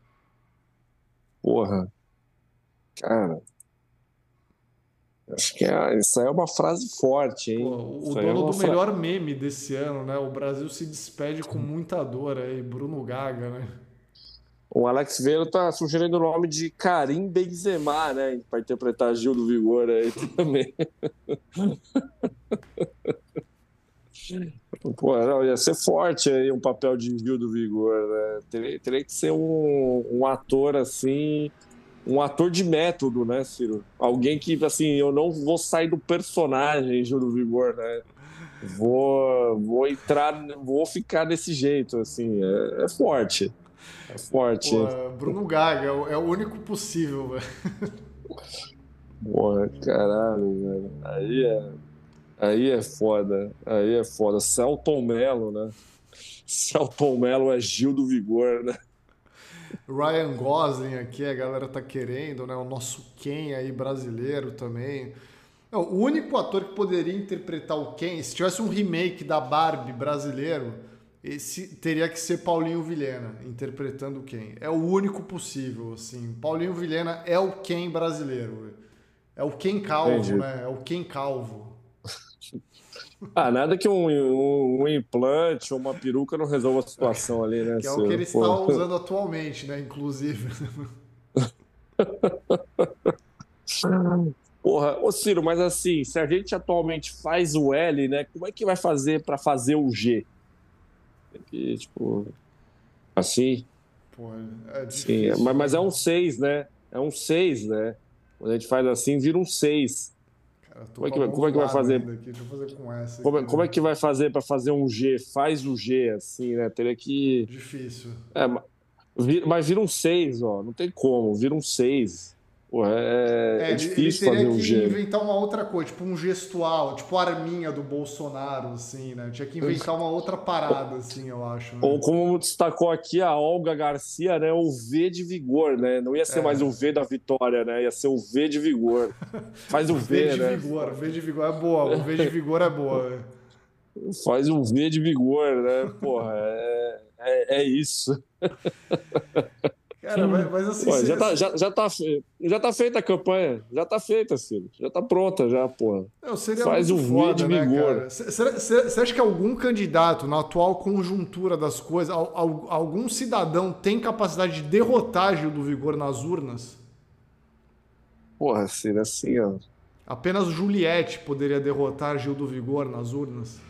Porra, cara. Acho que isso aí é uma frase forte, Pô, hein? o Isso aí é dono uma do frase. melhor meme desse ano, né? O Brasil se despede com muita dor aí, Bruno Gaga, né? O Alex Veiro tá sugerindo o nome de Karim Benzema, né? Para interpretar Gil do Vigor aí também. Pô, não, ia ser forte aí um papel de Gil do Vigor, né? Teria que ser um ator assim, um ator de método, né, Ciro? Alguém que, assim, eu não vou sair do personagem Gil do Vigor, né? Vou entrar, vou ficar desse jeito, assim, é forte. É forte. Pô, Bruno Gaga é o único possível, velho. Porra, caralho, velho. Aí é foda. Aí é foda. Selton Mello, né? Selton Mello é Gil do Vigor, né? Ryan Gosling aqui, a galera tá querendo, né? O nosso Ken aí brasileiro também. Não, o único ator que poderia interpretar o Ken, se tivesse um remake da Barbie brasileiro, esse teria que ser Paulinho Vilhena interpretando o Ken. É o único possível, assim. Paulinho Vilhena é o Ken brasileiro. É o Ken calvo, Entendi. né? É o Ken calvo. Ah, nada que um implante ou uma peruca não resolva a situação ali, né, Que é o que ele Ciro? está Pô. usando atualmente, né? Inclusive. Porra, ô Ciro, mas assim, se a gente atualmente faz o L, né, como é que vai fazer para fazer o G? Tem que, tipo, assim, Pô, é sim, difícil, mas é né? um 6, né? É um 6, né? Quando a gente faz assim, vira um 6. Cara, eu tô Como é com a que vai, mão como é que vai zoada fazer? ainda aqui. Deixa eu fazer com essa Como aqui, é, como né? é que vai fazer para fazer um G? Faz o G, assim, né? Teria que. Difícil. É, mas vira um 6, ó. Não tem como, vira um 6. Pô, é Ele difícil fazer teria o que G. inventar uma outra coisa, tipo um gestual, tipo a arminha do Bolsonaro, assim, né? Tinha que inventar uma outra parada, assim, eu acho, né? Ou como destacou aqui a Olga Garcia, né? O V de vigor, né? Não ia ser mais o V da vitória, né? Ia ser o V de vigor. Faz o V V, de né? vigor, V de vigor é boa, o V de vigor é boa. Né? Faz um V de vigor, né? Porra, é isso. Cara, mas assim, Pô, já tá feita a campanha. Já tá feita, Ciro. Já tá pronta, já, porra. não, seria Faz muito o V de foda, né, vigor. cara? Você acha que algum candidato, na atual conjuntura das coisas, algum cidadão tem capacidade de derrotar Gil do Vigor nas urnas? Porra, Ciro, assim, ó. Apenas Juliette poderia derrotar Gil do Vigor nas urnas?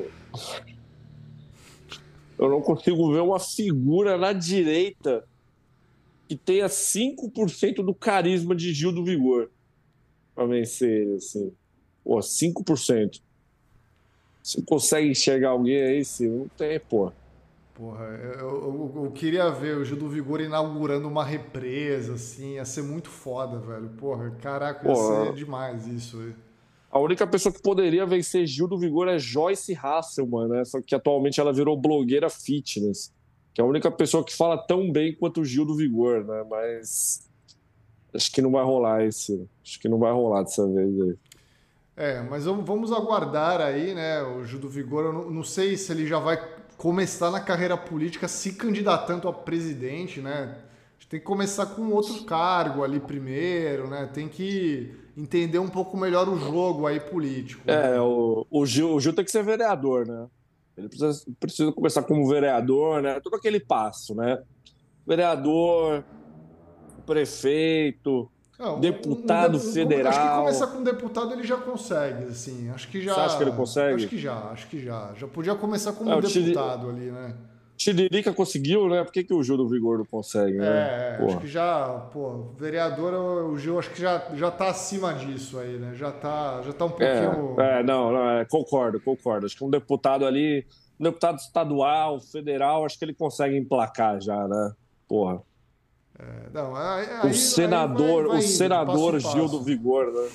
Eu não consigo ver uma figura na direita que tenha 5% do carisma de Gil do Vigor pra vencer ele, assim. Pô, 5%. Você consegue enxergar alguém aí, Ciro? Não tem, pô. Porra, eu queria ver o Gil do Vigor inaugurando uma represa, assim, ia ser muito foda, velho. Porra, caraca, ia ser Pô, demais isso. Velho. a única pessoa que poderia vencer Gil do Vigor é Joyce Hasselman, né? Só que atualmente ela virou blogueira fitness, que é a única pessoa que fala tão bem quanto o Gil do Vigor, né? Mas acho que não vai rolar esse. Acho que não vai rolar dessa vez aí. É, mas vamos aguardar aí, né? O Gil do Vigor, eu não sei se ele já vai começar na carreira política se candidatando a presidente, né? A gente tem que começar com outro cargo ali primeiro, né? Tem que entender um pouco melhor o jogo aí político, É, né? o Gil tem que ser vereador, né? Ele precisa começar como vereador, né? Todo aquele passo, né? Vereador, prefeito, Não, deputado acho que começar federal. com deputado ele já consegue, assim. Você acha que ele Acho consegue? que já, acho que já. Já podia começar É, como o deputado ali, né? Tiririca conseguiu, né? Por que o Gil do Vigor não consegue, né? Acho que Porra. já, pô, vereador, o Gil acho que já tá acima disso aí, né? Já tá um pouquinho. Não, não, concordo. Acho que um deputado estadual, federal, acho que ele consegue emplacar já, né? Porra. Não, O aí senador, o vai indo, de passo em senador Gil do passo. Vigor, né?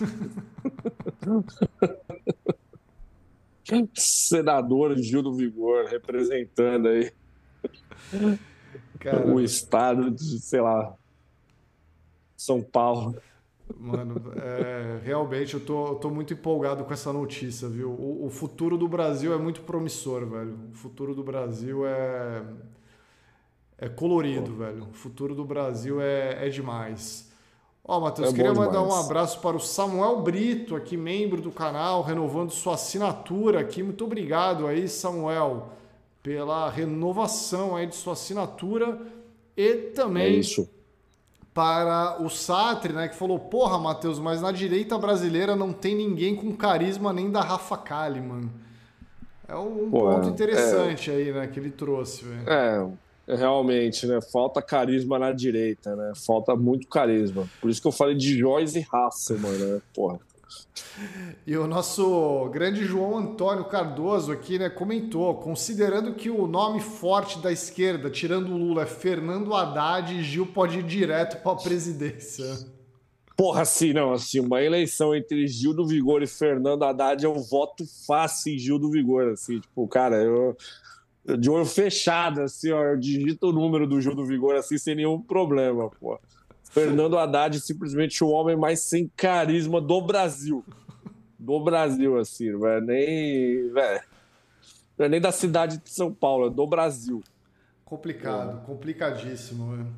Senador Gil do Vigor, representando aí o Cara, estado de, sei lá, São Paulo. mano, realmente eu tô muito empolgado com essa notícia, viu? O futuro do Brasil é muito promissor, velho. O futuro do Brasil é colorido, velho. O futuro do Brasil é demais. Ó, É Matheus, bom queria mandar um demais. abraço para o Samuel Brito, aqui, membro do canal, renovando sua assinatura aqui. Muito obrigado aí, Samuel, pela renovação aí de sua assinatura. E É também isso. para o Satri, né, que falou: Porra, Matheus, mas na direita brasileira não tem ninguém com carisma nem da Rafa Kalimann. É um Pô, ponto interessante aí, né, que ele trouxe, velho. realmente, né? Falta carisma na direita, né? Falta muito carisma. Por isso que eu falei de Joyce Hasselman, né? Porra. E o nosso grande João Antônio Cardoso aqui, né, comentou: considerando que o nome forte da esquerda, tirando o Lula, é Fernando Haddad, Gil pode ir direto para a presidência. Porra, assim, não, assim, uma eleição entre Gil do Vigor e Fernando Haddad, eu voto fácil em Gil do Vigor, assim, tipo, cara, eu de olho fechado, assim, ó, eu digito o número do Gil do Vigor, assim, sem nenhum problema, pô. Fernando Haddad, simplesmente o homem mais sem carisma do Brasil. Do Brasil, assim, não é nem, véio, não é nem da cidade de São Paulo, é do Brasil. Complicado, complicadíssimo. Né?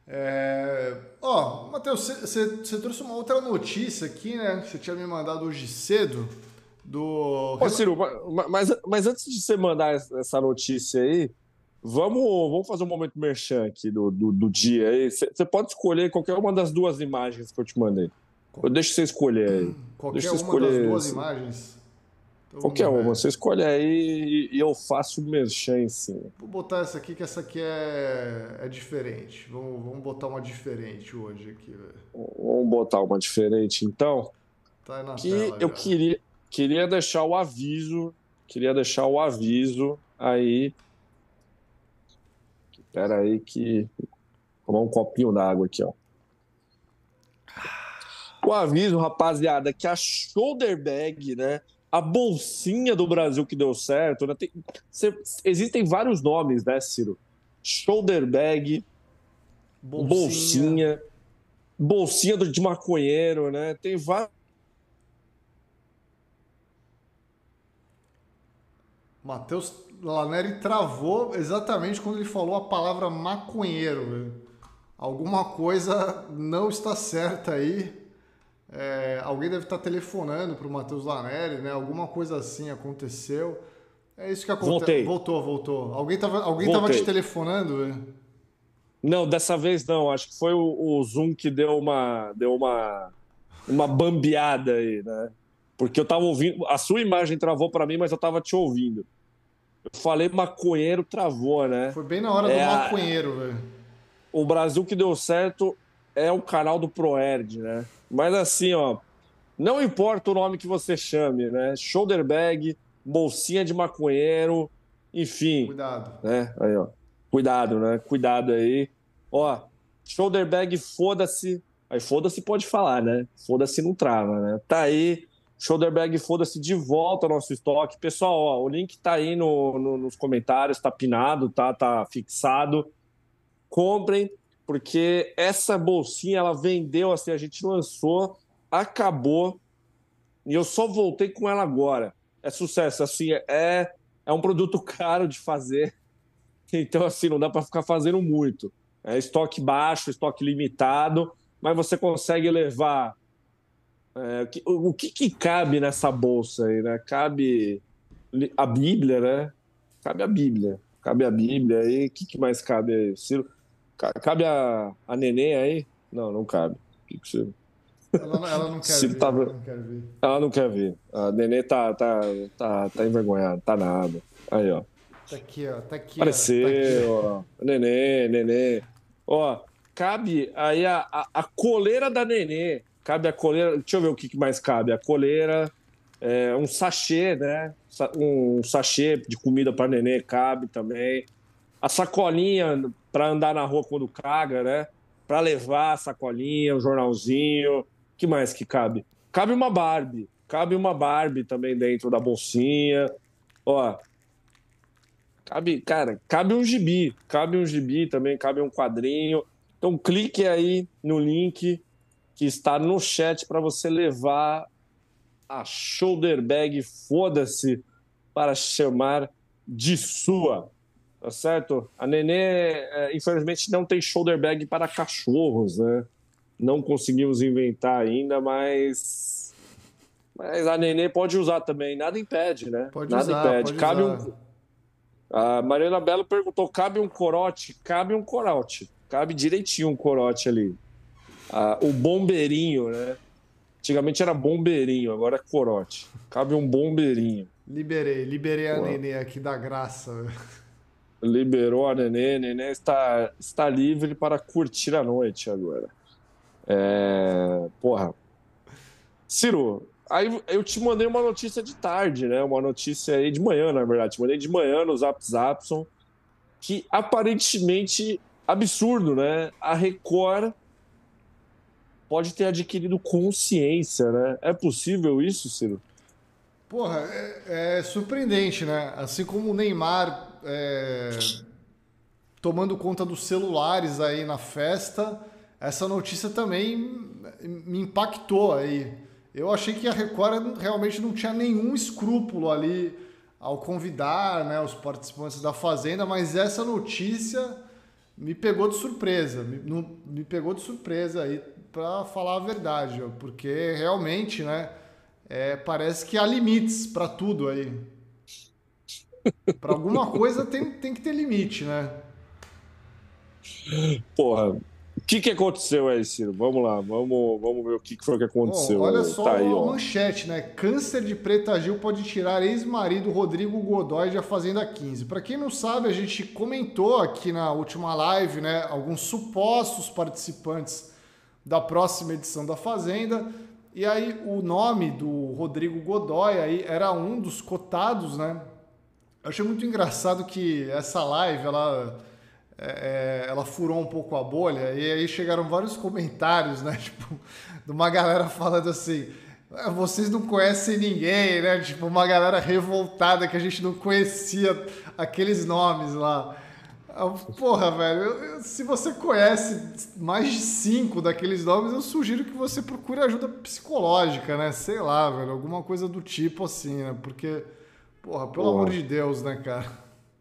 Matheus, você trouxe uma outra notícia aqui, né? Que você tinha me mandado hoje cedo do. Ô, Ciro, mas antes de você mandar essa notícia aí, vamos fazer um momento merchan aqui do dia aí. Você pode escolher qualquer uma das duas imagens que eu te mandei. Eu deixo você escolher aí. Deixa Qualquer você uma das escolher. duas imagens. Então Qualquer vamos uma. ver. Você escolhe aí e eu faço o merchan em cima. Vou botar essa aqui, que essa aqui é diferente. Vamos botar uma diferente hoje aqui, velho. Vamos botar uma diferente, então. Tá aí na Que tela eu já. queria deixar o aviso. Queria deixar o aviso aí. Espera aí que. Vou tomar um copinho d'água aqui, ó. O aviso, rapaziada, que a shoulder bag, né? A bolsinha do Brasil que deu certo, né? Existem vários nomes, né, Ciro? Shoulder bag, Bolsinha. bolsinha de maconheiro, né? Tem vários. Matheus Laneri travou exatamente quando ele falou a palavra maconheiro, velho. Alguma coisa não está certa aí. Alguém deve estar telefonando para o Matheus Laneri, né? Alguma coisa assim aconteceu. É isso que acontece. Voltei. Voltou. Alguém tava te Voltei. telefonando, velho? Não, dessa vez não. Acho que foi o Zoom que deu uma bambeada aí, né? Porque eu tava ouvindo. A sua imagem travou para mim, mas eu tava te ouvindo. Eu falei maconheiro, travou, né? Foi bem na hora do É maconheiro, velho. o Brasil que deu certo é o canal do Proerd, né? Mas assim, ó, não importa o nome que você chame, né? Shoulder bag, bolsinha de maconheiro, enfim, Cuidado. né? Aí, ó. Cuidado, né? Cuidado aí. Ó, shoulder bag, foda-se. Aí foda-se pode falar, né? Foda-se não trava, né? Tá aí. Shoulder bag, foda-se de volta ao nosso estoque. Pessoal, ó, o link tá aí nos comentários, tá pinado, tá fixado. Comprem, porque essa bolsinha, ela vendeu, assim, a gente lançou, acabou, e eu só voltei com ela agora. É sucesso, assim, é um produto caro de fazer, então, assim, não dá para ficar fazendo muito. É estoque baixo, estoque limitado, mas você consegue levar... o que cabe nessa bolsa aí, né? Cabe a Bíblia, né? Cabe a Bíblia. Cabe a Bíblia aí. O que mais cabe aí, Ciro? Cabe a Nenê aí? Não, não cabe. O que você... Ela não quer Ciro ver, tava... ela não quer ver. Ela não quer ver. A Nenê tá envergonhada, tá nada. Aí, ó. Tá aqui, ó. Tá aqui, ó. Tá aqui. Apareceu, ó. Nenê. Ó, cabe aí a coleira da Nenê. Cabe a coleira. Deixa eu ver o que mais cabe. A coleira, um sachê, né? Um sachê de comida para Nenê cabe também. A sacolinha para andar na rua quando caga, né? Para levar a sacolinha, um jornalzinho. O que mais que cabe? Cabe uma Barbie. Cabe uma Barbie também dentro da bolsinha. Ó, cabe um gibi. Cabe um gibi também, cabe um quadrinho. Então clique aí no link que está no chat para você levar a shoulder bag, foda-se, para chamar de sua. Tá certo? A Nenê, infelizmente, não tem shoulder bag para cachorros, né? Não conseguimos inventar ainda, mas a Nenê pode usar também. Nada impede, né? Pode Nada usar, impede. pode usar. A Mariana Belo perguntou: cabe um corote? Cabe um corote. Cabe direitinho um corote ali. O bombeirinho, né? Antigamente era bombeirinho, agora é corote. Cabe um bombeirinho. Liberei a Nenê aqui da graça. Liberou a Nenê está livre para curtir a noite agora. Porra. Ciro, aí eu te mandei uma notícia de tarde, né? Uma notícia aí de manhã, na verdade. Te mandei de manhã no Zapson, que aparentemente absurdo, né? A Record pode ter adquirido consciência, né? É possível isso, Ciro? Porra, é surpreendente, né? Assim como o Neymar tomando conta dos celulares aí na festa, essa notícia também me impactou aí. Eu achei que a Record realmente não tinha nenhum escrúpulo ali ao convidar, né, os participantes da Fazenda, mas essa notícia me pegou de surpresa, me pegou de surpresa aí, para falar a verdade, ó, porque realmente, né, parece que há limites para tudo aí. Para alguma coisa tem que ter limite, né? Porra, o que aconteceu aí, Ciro? Vamos lá, vamos ver o que foi que Bom, olha aconteceu. Tá aí, só a ó. manchete, né? Câncer de Preta Gil pode tirar ex-marido Rodrigo Godoy da Fazenda 15. Para quem não sabe, a gente comentou aqui na última live, né? Alguns supostos participantes da próxima edição da Fazenda. E aí o nome do Rodrigo Godoy aí era um dos cotados, né? Eu achei muito engraçado que essa live, ela furou um pouco a bolha e aí chegaram vários comentários, né? Tipo, de uma galera falando assim: vocês não conhecem ninguém, né? Tipo, uma galera revoltada que a gente não conhecia aqueles nomes lá. Porra, velho, se você conhece mais de 5 daqueles nomes, eu sugiro que você procure ajuda psicológica, né? Sei lá, velho, alguma coisa do tipo assim, né? Porque, porra, pelo amor Porra. de Deus, né, cara?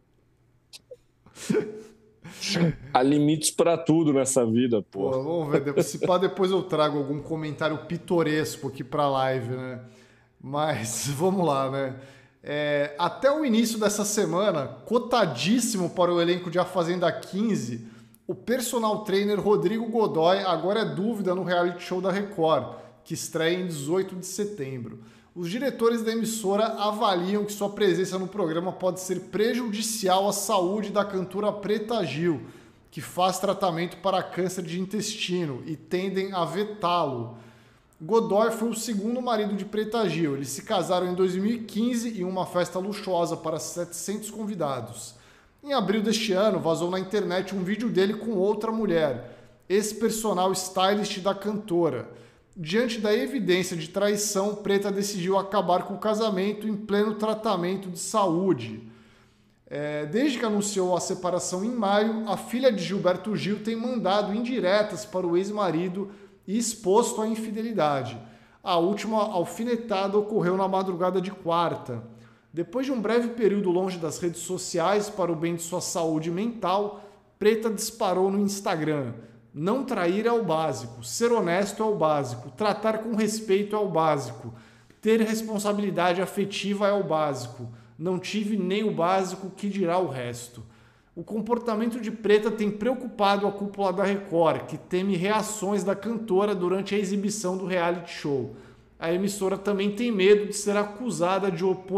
Há limites para tudo nessa vida, Pô, pô. vamos ver. Se pá, depois eu trago algum comentário pitoresco aqui pra live, né? Mas vamos lá, né? Até o início dessa semana, cotadíssimo para o elenco de A Fazenda 15, o personal trainer Rodrigo Godoy agora é dúvida no reality show da Record, que estreia em 18 de setembro. Os diretores da emissora avaliam que sua presença no programa pode ser prejudicial à saúde da cantora Preta Gil, que faz tratamento para câncer de intestino, e tendem a vetá-lo. Godoy foi o segundo marido de Preta Gil. Eles se casaram em 2015 em uma festa luxuosa para 700 convidados. Em abril deste ano, vazou na internet um vídeo dele com outra mulher, ex-personal stylist da cantora. Diante da evidência de traição, Preta decidiu acabar com o casamento em pleno tratamento de saúde. Desde que anunciou a separação em maio, a filha de Gilberto Gil tem mandado indiretas para o ex-marido e exposto à infidelidade. A última alfinetada ocorreu na madrugada de quarta. Depois de um breve período longe das redes sociais para o bem de sua saúde mental, Preta disparou no Instagram: não trair é o básico, ser honesto é o básico, tratar com respeito é o básico, ter responsabilidade afetiva é o básico, não tive nem o básico, que dirá o resto. O comportamento de Preta tem preocupado a cúpula da Record, que teme reações da cantora durante a exibição do reality show. A emissora também tem medo de ser acusada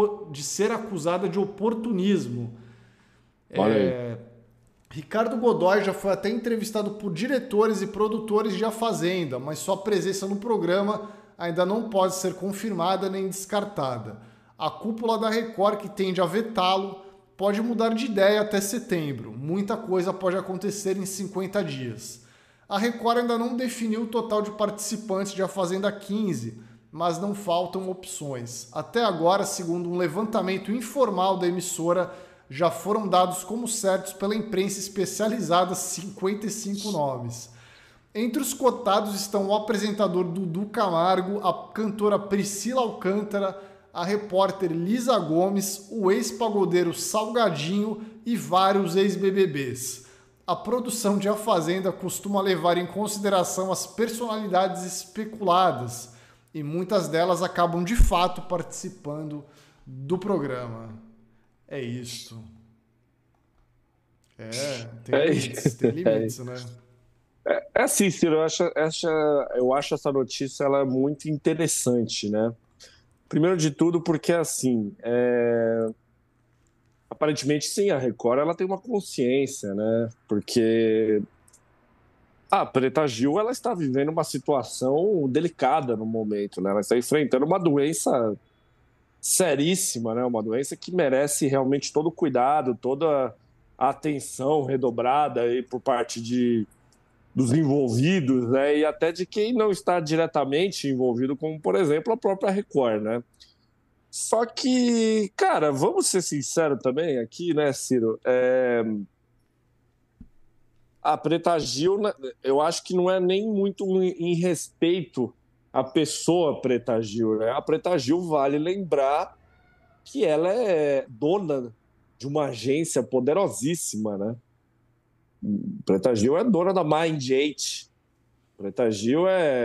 de oportunismo. Olha aí. Ricardo Godoy já foi até entrevistado por diretores e produtores de A Fazenda, mas sua presença no programa ainda não pode ser confirmada nem descartada. A cúpula da Record, que tende a vetá-lo, pode mudar de ideia até setembro. Muita coisa pode acontecer em 50 dias. A Record ainda não definiu o total de participantes de A Fazenda 15, mas não faltam opções. Até agora, segundo um levantamento informal da emissora, já foram dados como certos pela imprensa especializada 55 nomes. Entre os cotados estão o apresentador Dudu Camargo, a cantora Priscila Alcântara, a repórter Lisa Gomes, o ex-pagodeiro Salgadinho e vários ex-BBBs. A produção de A Fazenda costuma levar em consideração as personalidades especuladas, e muitas delas acabam de fato participando do programa. É isto. Tem limites, né? É assim, Ciro, eu acho essa notícia ela é muito interessante, né? Primeiro de tudo porque, assim, aparentemente, sim, a Record ela tem uma consciência, né? Porque a Preta Gil ela está vivendo uma situação delicada no momento, né? Ela está enfrentando uma doença seríssima, né? Uma doença que merece realmente todo o cuidado, toda a atenção redobrada aí por parte dos envolvidos, né? E até de quem não está diretamente envolvido, como, por exemplo, a própria Record, né? Só que, cara, vamos ser sinceros também aqui, né, Ciro? A Preta Gil, né, eu acho que não é nem muito em respeito à pessoa Preta Gil, né? A Preta Gil, vale lembrar que ela é dona de uma agência poderosíssima, né? Preta Gil é dona da Mind8. Preta Gil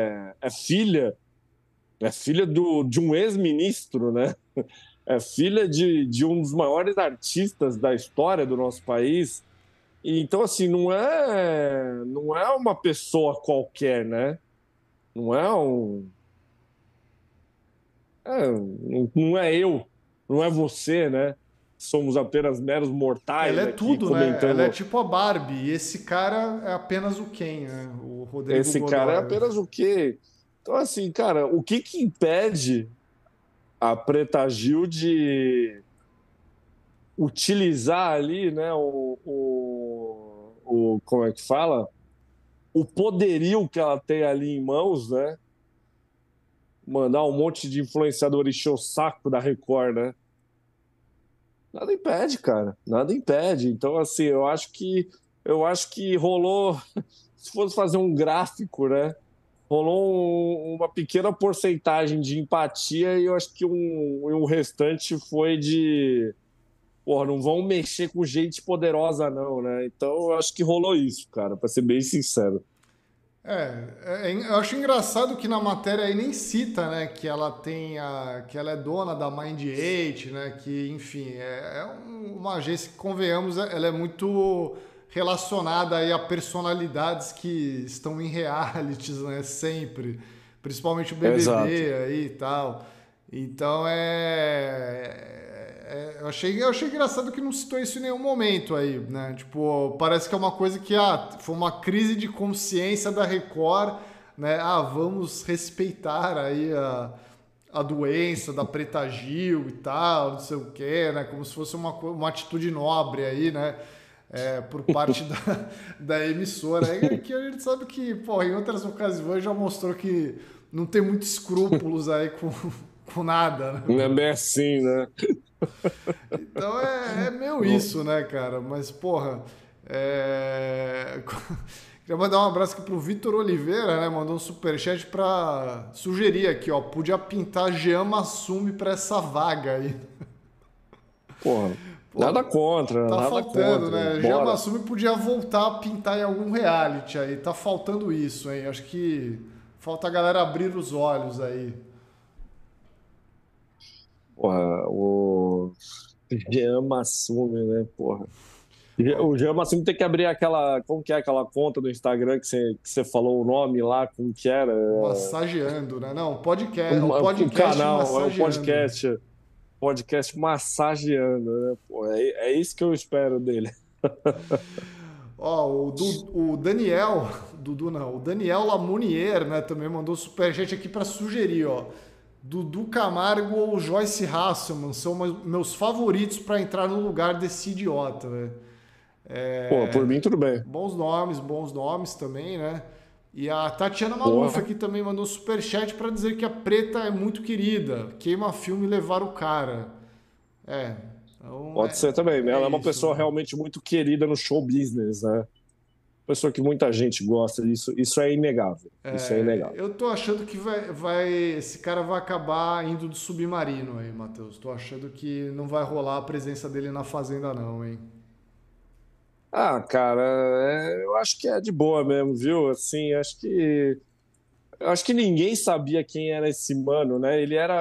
é filha de um ex-ministro, né? É filha de um dos maiores artistas da história do nosso país. E, então, assim, não é uma pessoa qualquer, né? Não é um. Não é eu, não é você, né? Somos apenas meros Ela mortais é aqui tudo, né? Ela é comentando. tipo a Barbie. E esse cara é apenas o Ken, né? O Rodrigo Esse cara é Godoy. apenas o quê? Então, assim, cara, o que que impede a Preta Gil de utilizar ali, né, como é que fala? O poderio que ela tem ali em mãos, né? Mandar um monte de influenciador encher o saco da Record, né? Nada impede, cara. Nada impede. Então, assim, eu acho que rolou. Se fosse fazer um gráfico, né? Rolou uma pequena porcentagem de empatia e eu acho que um restante foi de. Porra, não vão mexer com gente poderosa, não, né? Então eu acho que rolou isso, cara, pra ser bem sincero. Eu acho engraçado que na matéria aí nem cita, né, que ela que ela é dona da Mind8, né, que, enfim, uma agência que, convenhamos, ela é muito relacionada aí a personalidades que estão em realities, né, sempre, principalmente o Exato. BBB aí e tal. Então eu achei engraçado que não citou isso em nenhum momento aí, né? Tipo, parece que é uma coisa que foi uma crise de consciência da Record, né? Vamos respeitar aí a doença da Preta Gil e tal, não sei o quê, né? Como se fosse uma atitude nobre aí, né? Por parte da emissora. É que a gente sabe que, pô, em outras ocasiões já mostrou que não tem muitos escrúpulos aí com nada, né? Não é bem assim, né? Então é meio isso, né, cara? Mas, porra, queria mandar um abraço aqui pro Vitor Oliveira, né? Mandou um superchat pra sugerir aqui, ó. Podia pintar Jean Massumi pra essa vaga aí. Porra, Pô, nada contra, tá nada faltando, contra. né? Jean Bora. Massumi podia voltar a pintar em algum reality aí. Tá faltando isso, hein? Acho que falta a galera abrir os olhos aí. Porra, o Jean Massumi, né? Porra. Ó, O Jean Massimi tem que abrir aquela. Como que é aquela conta do Instagram que você falou o nome lá, como que era? massageando, né? Não, o O podcast canal, é o massageando. podcast massageando, né? Pô, é isso que eu espero dele. Ó, o Daniel, Dudu não, o Daniel Lamounier, né, também mandou superchat aqui para sugerir, ó. Dudu Camargo ou Joyce Hasselman são meus favoritos para entrar no lugar desse idiota, velho. Pô, por mim tudo bem. Bons nomes também, né? E a Tatiana Maluf Porra, aqui também mandou superchat para dizer que a Preta é muito querida, queima filme e levar o cara. É, então pode ser também. é Ela é uma isso, pessoa né? realmente muito querida no show business, né? Pessoa que muita gente gosta disso. Isso é inegável. Isso é inegável. Eu tô achando que esse cara vai acabar indo do submarino aí, Matheus. Tô achando que não vai rolar a presença dele na Fazenda, não, hein? Ah, cara, eu acho que é de boa mesmo, viu? Assim, acho que ninguém sabia quem era esse mano, né?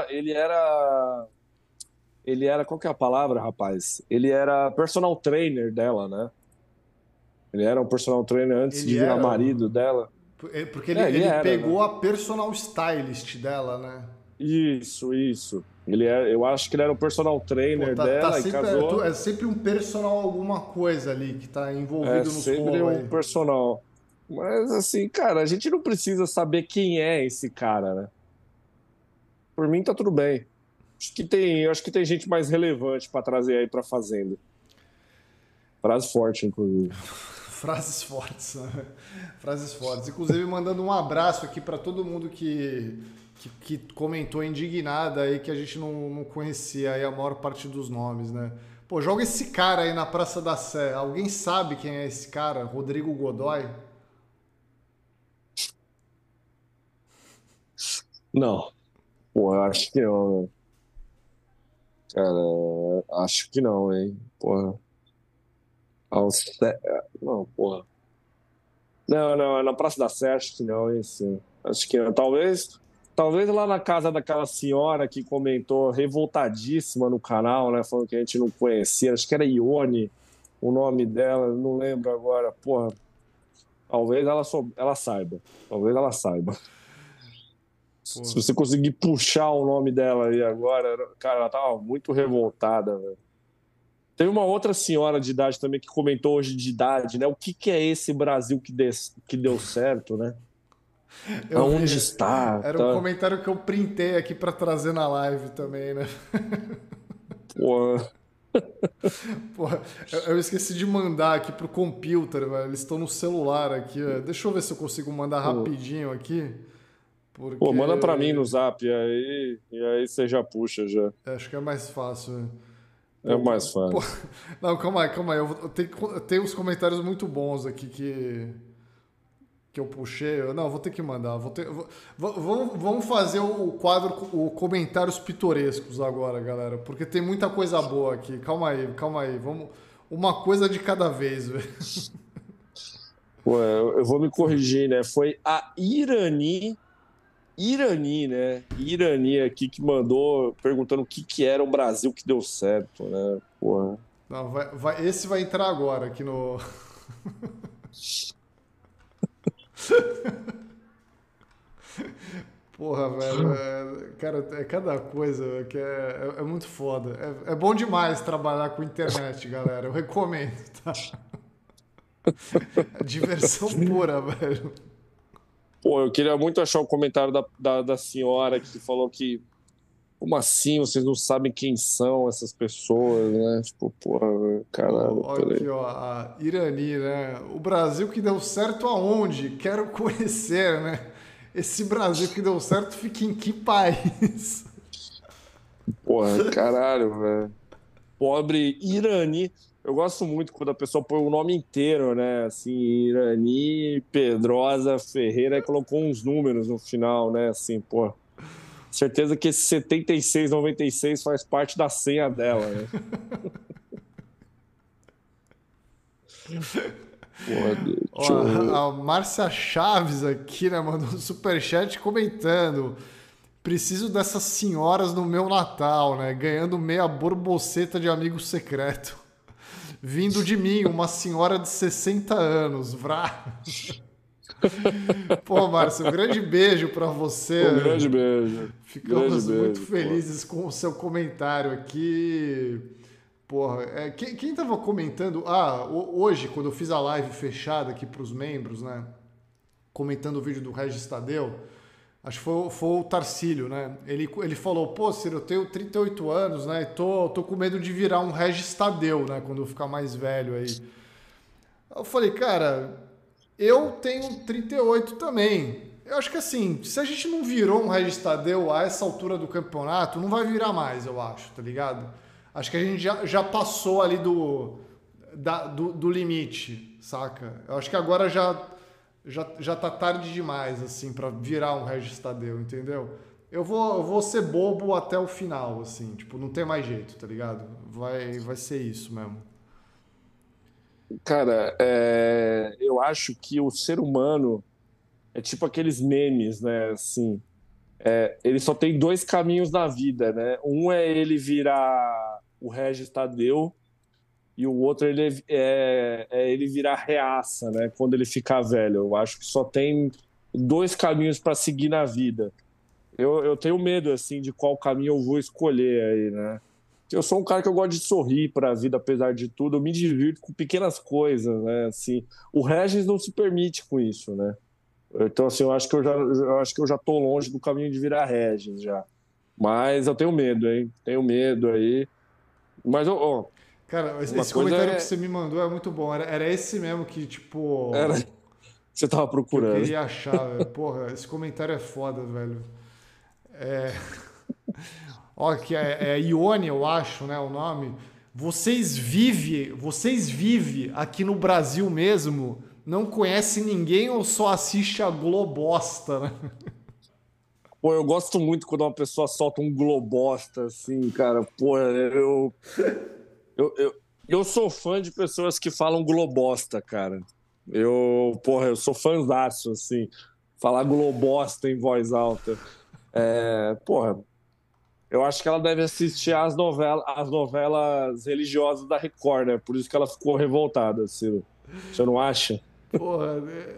Ele era, qual que é a palavra, rapaz? Ele era personal trainer dela, né? Ele era um personal trainer antes Ele de virar era. marido dela. Porque Ele ele era, né? pegou a personal stylist dela, né? Isso, isso. Eu acho que ele era o personal Pô, trainer dela e casou. é sempre um personal alguma coisa ali que tá É envolvido nos sempre rolos um aí. personal. Mas assim, cara, a gente não precisa saber quem é esse cara, né? Por mim tá tudo bem. Eu acho que tem gente mais relevante para trazer aí para Fazenda. Frase forte, inclusive. Frases fortes, né? Frases fortes. Inclusive, mandando um abraço aqui para todo mundo que comentou indignada aí que a gente não conhecia aí a maior parte dos nomes, né? Pô, joga esse cara aí na Praça da Sé. Alguém sabe quem é esse cara? Rodrigo Godoy? Não, porra, acho que não, né? Cara, acho que não, hein? Porra. Não, porra. Não, não, é na Praça da Sé, acho que não, hein? Sim. Acho que não. Talvez lá na casa daquela senhora que comentou revoltadíssima no canal, né? Falando que a gente não conhecia. Acho que era Ione o nome dela, não lembro agora. Porra, talvez ela saiba. Talvez ela saiba. Se Pô. você conseguir puxar o nome dela aí agora, cara, ela tava muito revoltada, velho. Teve uma outra senhora de idade também que comentou hoje de idade, né? O que que é esse Brasil que deu certo, né? Eu Aonde vi. está? Era um Tá? comentário que eu printei aqui para trazer na live também, né? Pô, Porra, eu esqueci de mandar aqui pro computer, velho. Eles estão no celular aqui. Ó. Deixa eu ver se eu consigo mandar pô, rapidinho aqui. pô, manda pra mim no Porque Zap aí, e aí você já puxa já. acho que é mais fácil. Né? É Pô, mais pô, fácil. não, calma aí, calma aí. Eu tenho uns comentários muito bons aqui que eu puxei. Não, vou ter que mandar. Vamos fazer o quadro, o comentários pitorescos agora, galera. Porque tem muita coisa boa aqui. Calma aí, calma aí. Vamos, uma coisa de cada vez, velho. Pô, eu vou me corrigir, né? Foi a Irani, né? Irani aqui que mandou perguntando o que que era o Brasil que deu certo, né? Porra. Não, esse vai entrar agora aqui no. Porra, velho. Cara, é cada coisa que é muito foda. É bom demais trabalhar com internet, galera. Eu recomendo, tá? É diversão pura, velho. Pô, eu queria muito achar o comentário da senhora que falou que, como assim vocês não sabem quem são essas pessoas, né? Tipo, porra, caralho, Ó, peraí. aqui, ó, a Irani, né? O Brasil que deu certo aonde? Quero conhecer, né? Esse Brasil que deu certo fica em que país? Porra, caralho, velho. Pobre Irani. Eu gosto muito quando a pessoa põe o nome inteiro, né? Assim, Irani Pedrosa Ferreira, e colocou uns números no final, né? Assim, pô. Certeza que esse 7696 faz parte da senha dela, né? Porra, Ó, deixa eu... a Márcia Chaves aqui, né? Mandou um superchat comentando. Preciso dessas senhoras no meu Natal, né? Ganhando meia borboceta de amigo secreto. Vindo de mim, uma senhora de 60 anos. Vrá. Pô, Márcio, um grande beijo pra você. Um grande beijo. Grande Ficamos muito beijo, pô. felizes com o seu comentário aqui. Porra, quem tava comentando? Ah, hoje, quando eu fiz a live fechada aqui pros membros, né? Comentando o vídeo do Regis Tadeu, acho que foi o Tarcílio, né? Ele falou, pô, Ciro, eu tenho 38 anos, né? E tô com medo de virar um Regis Tadeu, né? Quando eu ficar mais velho aí. Eu falei, cara, eu tenho 38 também. Eu acho que assim, se a gente não virou um Regis Tadeu a essa altura do campeonato, não vai virar mais, eu acho, tá ligado? Acho que a gente já passou ali do limite, saca? Eu acho que agora já tá tarde demais, assim, pra virar um Regis Tadeu, entendeu? Eu vou ser bobo até o final, assim, tipo, não tem mais jeito, tá ligado? Vai ser isso mesmo. Cara, eu acho que o ser humano é tipo aqueles memes, né? Assim, ele só tem dois caminhos na vida, né? Um é ele virar o Regis Tadeu e o outro é ele virar reaça, né? Quando ele ficar velho. Eu acho que só tem dois caminhos para seguir na vida. Eu tenho medo, assim, de qual caminho eu vou escolher aí, né? Eu sou um cara que eu gosto de sorrir para a vida, apesar de tudo. Eu me divirto com pequenas coisas, né? Assim, o Regis não se permite com isso, né? Então, assim, eu acho que eu já tô longe do caminho de virar Regis já. Mas eu tenho medo, hein? Tenho medo aí. Mas, ó, Cara, Uma esse coisa comentário que é. você me mandou é muito bom. Era esse mesmo que, Era tipo, que você tava que eu procurando. queria achar, velho. Porra, esse comentário é foda, velho. Ó, que é Ione, eu acho, né, o nome. Vocês vivem aqui no Brasil mesmo, não conhece ninguém ou só assiste a Globosta, né? Pô, eu gosto muito quando uma pessoa solta um globosta, assim, cara. Pô, eu, eu, eu sou fã de pessoas que falam globosta, cara. Porra, eu sou fãzaço, assim. Falar globosta em voz alta. Porra, eu acho que ela deve assistir as novelas religiosas da Record, né? Por isso que ela ficou revoltada, assim. Você não acha? Porra,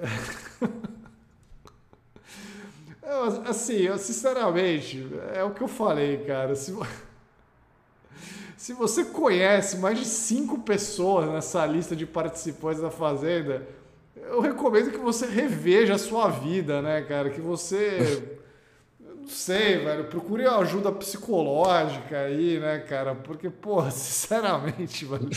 assim, sinceramente, é o que eu falei, cara. Se você conhece mais de 5 pessoas nessa lista de participantes da Fazenda, eu recomendo que você reveja a sua vida, né, cara? Que você, não sei, velho, procure ajuda psicológica aí, né, cara? Porque, pô, sinceramente, velho.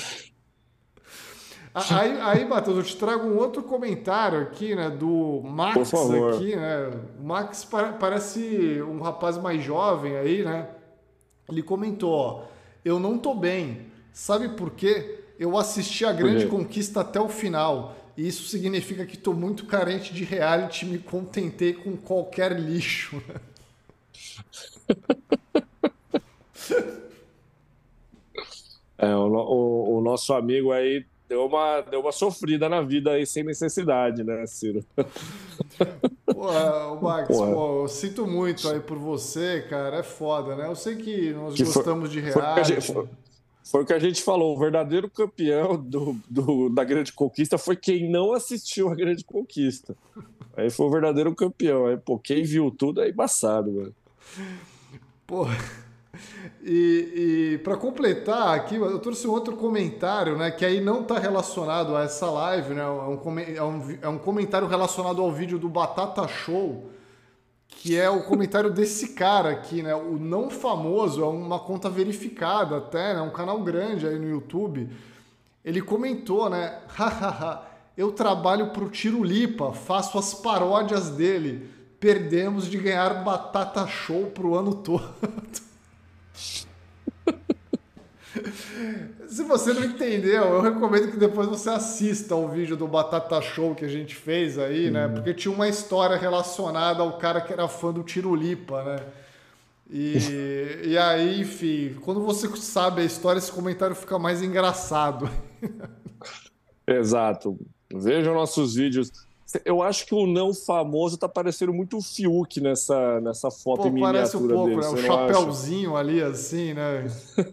Aí, Matheus, eu te trago um outro comentário aqui, né, do Por Max favor. aqui, né? O Max parece um rapaz mais jovem aí, né? Ele comentou, ó, eu não tô bem. Sabe por quê? Eu assisti a Por Grande quê? Conquista até o final. E isso significa que tô muito carente de reality e me contentei com qualquer lixo. O nosso amigo aí deu uma sofrida na vida aí sem necessidade, né, Ciro? Pô, Max, Porra, pô, eu sinto muito aí por você, cara. É foda, né? Eu sei que nós que foi, gostamos de foi, o que a gente, reality. foi o que a gente falou. O verdadeiro campeão da Grande Conquista foi quem não assistiu a Grande Conquista. Aí foi o verdadeiro campeão. Aí, pô, quem viu tudo é embaçado, mano. Pô, e para completar aqui, eu trouxe um outro comentário, né, que aí não está relacionado a essa live, né, é um comentário relacionado ao vídeo do Batata Show, que é o comentário desse cara aqui, né, o não famoso, é uma conta verificada até, né, um canal grande aí no YouTube. Ele comentou, né, hahaha, eu trabalho pro Tirulipa, faço as paródias dele, perdemos de ganhar Batata Show pro ano todo. Se você não entendeu, eu recomendo que depois você assista o vídeo do Batata Show que a gente fez aí, né? Porque tinha uma história relacionada ao cara que era fã do Tirulipa, né? E aí, enfim, quando você sabe a história, esse comentário fica mais engraçado. Exato. Vejam nossos vídeos. Eu acho que o não famoso tá parecendo muito o Fiuk nessa foto Pô, em parece um miniatura pouco, dele, né? O você não acha? chapéuzinho ali, assim, né?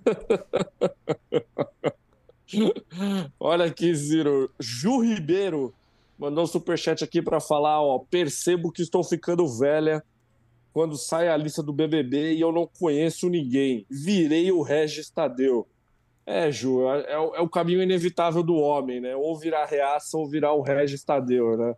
Olha aqui, Ziro. Ju Ribeiro mandou um superchat aqui para falar, ó, percebo que estou ficando velha quando sai a lista do BBB e eu não conheço ninguém. Virei o Regis Tadeu. Ju, é o caminho inevitável do homem, né? Ou virar reaça ou virar o Regis Tadeu, né?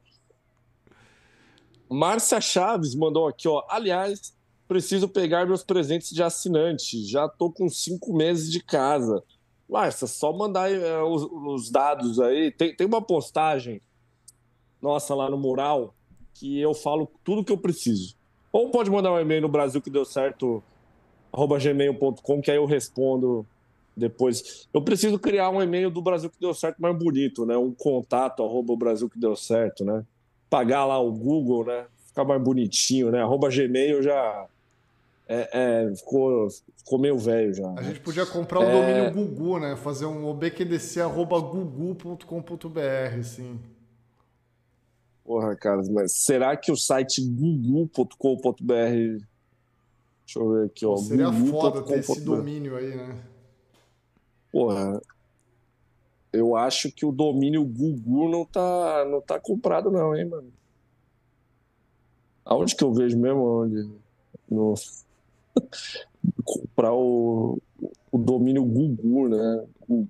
Márcia Chaves mandou aqui, ó. Aliás, preciso pegar meus presentes de assinante. Já tô com 5 meses de casa. Márcia, só mandar os dados aí. Tem uma postagem nossa lá no mural que eu falo tudo que eu preciso. Ou pode mandar um e-mail no Brasil que deu certo, @gmail.com, que aí eu respondo depois. Eu preciso criar um e-mail do Brasil que deu certo mais bonito, né? Um contato, @o Brasil que deu certo, né? Pagar lá o Google, né? Ficar mais bonitinho, né? Gmail já ficou meio velho já, A né? gente podia comprar o domínio É, Gugu, né? Fazer um obqdc@gugu.com.br, assim. porra, cara, mas será que o site gugu.com.br, deixa eu ver aqui, Pô, ó, seria foda ter esse gugu.com.br. domínio aí, né? Porra, eu acho que o domínio Gugu não tá comprado não, hein, mano? Aonde que eu vejo mesmo? Onde? No, comprar o domínio Gugu, né?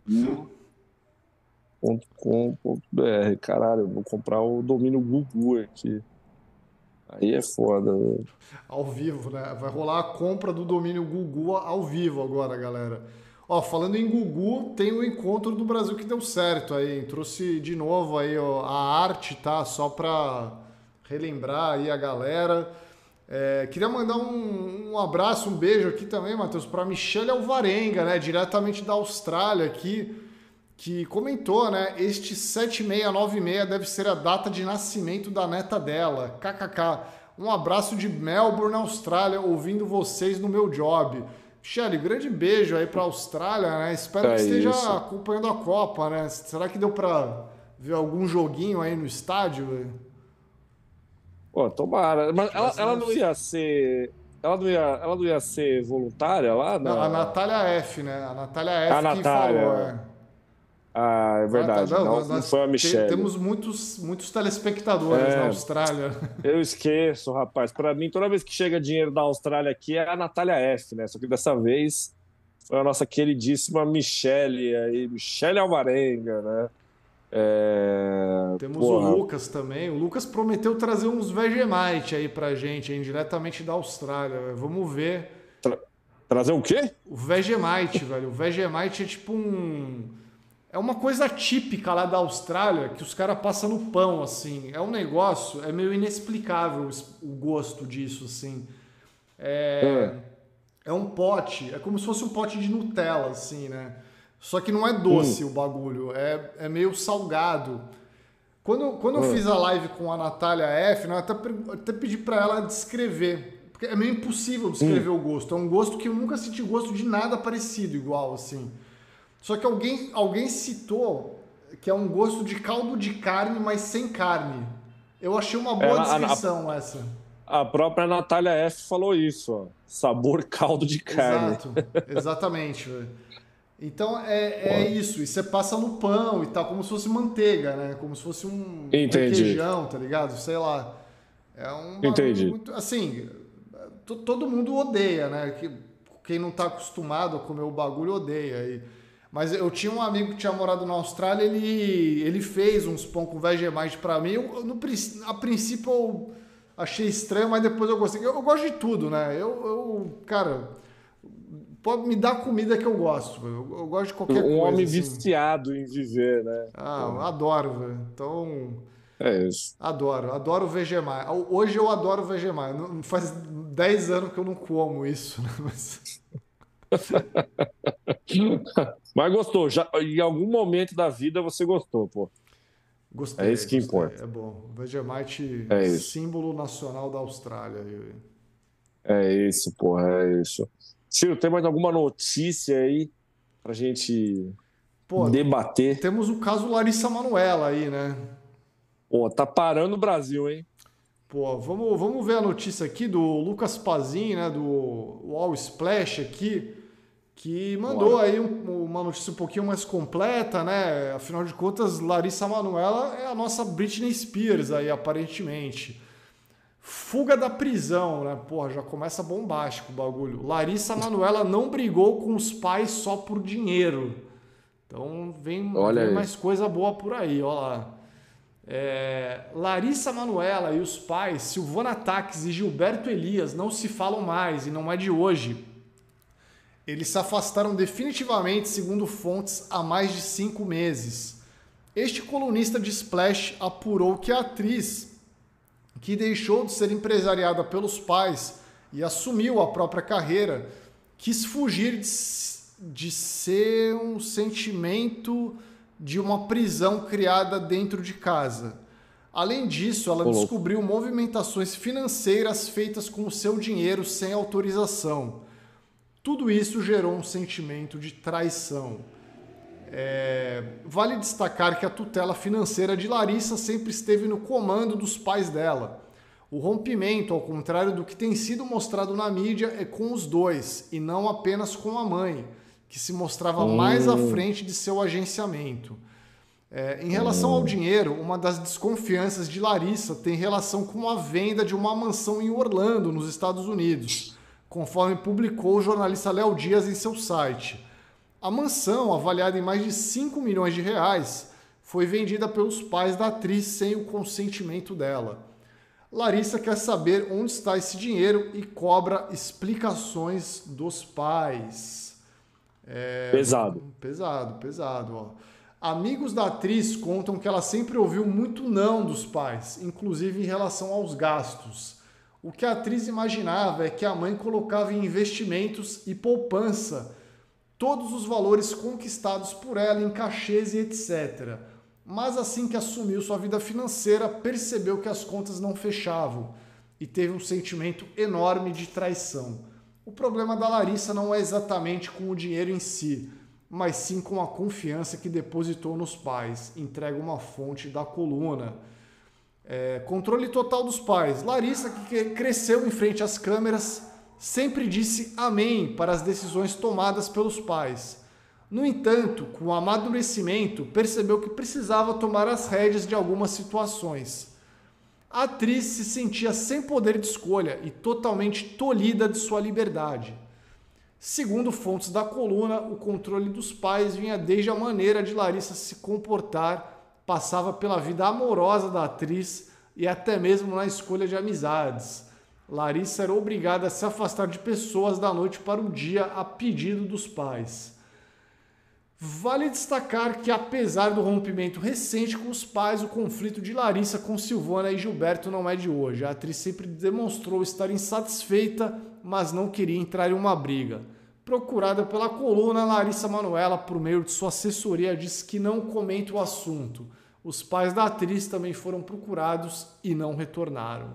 Gugu.com.br. Caralho, eu vou comprar o domínio Gugu aqui. Aí é foda, velho. Ao vivo, né? Vai rolar a compra do domínio Gugu ao vivo agora, galera. Ó, falando em Gugu, tem o encontro do Brasil que deu certo aí. Trouxe de novo aí ó, a arte, tá? Só pra relembrar aí a galera. Queria mandar um abraço, um beijo aqui também, Matheus, para Michelle Alvarenga, né? Diretamente da Austrália aqui, que comentou, né? Este 7696 deve ser a data de nascimento da neta dela. KKK. Um abraço de Melbourne, Austrália, ouvindo vocês no meu job. Michele, grande beijo aí pra Austrália, né? Espero que esteja acompanhando a Copa, né? Será que deu pra ver algum joguinho aí no estádio? Velho? Pô, tomara. Mas ela Mas... não ia ser. Ela não ia ser voluntária lá Não, a na. Natália F, né? A Natália A F que falou, Natália. Ah, é verdade. Não Nós foi a Michelle. temos muitos telespectadores na Austrália. Eu esqueço, rapaz. Para mim, toda vez que chega dinheiro da Austrália aqui é a Natália F, né? Só que dessa vez foi a nossa queridíssima Michelle aí, Michelle Alvarenga, né? Temos o Porra. Lucas também. O Lucas prometeu trazer uns Vegemite aí pra gente, hein, diretamente da Austrália. Vamos ver. Trazer o quê? O Vegemite, velho. O Vegemite é tipo um... É uma coisa típica lá da Austrália que os caras passam no pão, assim. É um negócio, é meio inexplicável o gosto disso, assim. É um pote, é como se fosse um pote de Nutella, assim, né? Só que não é doce o bagulho, é meio salgado. Quando eu fiz a live com a Natália F, né, eu até pedi pra ela descrever. Porque é meio impossível descrever o gosto. É um gosto que eu nunca senti gosto de nada parecido igual, assim. Só que alguém citou que é um gosto de caldo de carne, mas sem carne. Eu achei uma boa descrição essa. A própria Natália F falou isso, ó. Sabor caldo de carne. Exato, exatamente. Então é isso. E você passa no pão e tal, como se fosse manteiga, né? Como se fosse um requeijão, tá ligado? Sei lá. É um bagulho muito. Assim, todo mundo odeia, né? Quem não tá acostumado a comer o bagulho odeia. Mas eu tinha um amigo que tinha morado na Austrália, ele fez uns pão com Vegemite pra mim. A princípio eu achei estranho, mas depois eu gostei. Eu gosto de tudo, né? Cara, pode me dar comida que eu gosto. Eu gosto de qualquer coisa. Um homem assim. viciado em viver, né? Eu adoro, velho. Então. É isso. Adoro Vegemite. Hoje eu adoro Vegemite. Não faz 10 anos que eu não como isso, né? Mas gostou, já, em algum momento da vida você gostou, pô. Gostei. É isso que importa. É bom. Vegemite, símbolo nacional da Austrália. É isso, porra, é isso. Ciro, tem mais alguma notícia aí pra gente debater? Temos o caso Larissa Manoela aí, né? Pô, tá parando o Brasil, hein? Pô, vamos ver a notícia aqui do Lucas Pazin, né? Do All Splash aqui, que mandou aí uma notícia um pouquinho mais completa, né? Afinal de contas, Larissa Manoela é a nossa Britney Spears aí, aparentemente. Fuga da prisão, né? Porra, já começa bombástico o bagulho. Larissa Manoela não brigou com os pais só por dinheiro. Então vem mais coisa boa por aí, ó lá. Larissa Manoela e os pais, Silvana Taques e Gilberto Elias, não se falam mais e não é de hoje. Eles se afastaram definitivamente, segundo fontes, há mais de 5 meses. Este colunista de Splash apurou que a atriz, que deixou de ser empresariada pelos pais e assumiu a própria carreira, quis fugir de ser um sentimento de uma prisão criada dentro de casa. Além disso, ela descobriu movimentações financeiras feitas com o seu dinheiro sem autorização. Tudo isso gerou um sentimento de traição. Vale destacar que a tutela financeira de Larissa sempre esteve no comando dos pais dela. O rompimento, ao contrário do que tem sido mostrado na mídia, é com os dois, e não apenas com a mãe, que se mostrava mais à frente de seu agenciamento. Em relação ao dinheiro, uma das desconfianças de Larissa tem relação com a venda de uma mansão em Orlando, nos Estados Unidos, conforme publicou o jornalista Léo Dias em seu site. A mansão, avaliada em mais de 5 milhões de reais, foi vendida pelos pais da atriz sem o consentimento dela. Larissa quer saber onde está esse dinheiro e cobra explicações dos pais. Pesado. Pesado, pesado, ó. Amigos da atriz contam que ela sempre ouviu muito não dos pais, inclusive em relação aos gastos. O que a atriz imaginava é que a mãe colocava em investimentos e poupança todos os valores conquistados por ela em cachês e etc. Mas assim que assumiu sua vida financeira, percebeu que as contas não fechavam e teve um sentimento enorme de traição. O problema da Larissa não é exatamente com o dinheiro em si, mas sim com a confiança que depositou nos pais, entrega uma fonte da coluna. Controle total dos pais. Larissa, que cresceu em frente às câmeras, sempre disse amém para as decisões tomadas pelos pais. No entanto, com o amadurecimento, percebeu que precisava tomar as rédeas de algumas situações. A atriz se sentia sem poder de escolha e totalmente tolhida de sua liberdade. Segundo fontes da coluna, o controle dos pais vinha desde a maneira de Larissa se comportar, passava pela vida amorosa da atriz e até mesmo na escolha de amizades. Larissa era obrigada a se afastar de pessoas da noite para o dia a pedido dos pais. Vale destacar que, apesar do rompimento recente com os pais, o conflito de Larissa com Silvana e Gilberto não é de hoje. A atriz sempre demonstrou estar insatisfeita, mas não queria entrar em uma briga. Procurada pela coluna, Larissa Manoela, por meio de sua assessoria, disse que não comenta o assunto. Os pais da atriz também foram procurados e não retornaram.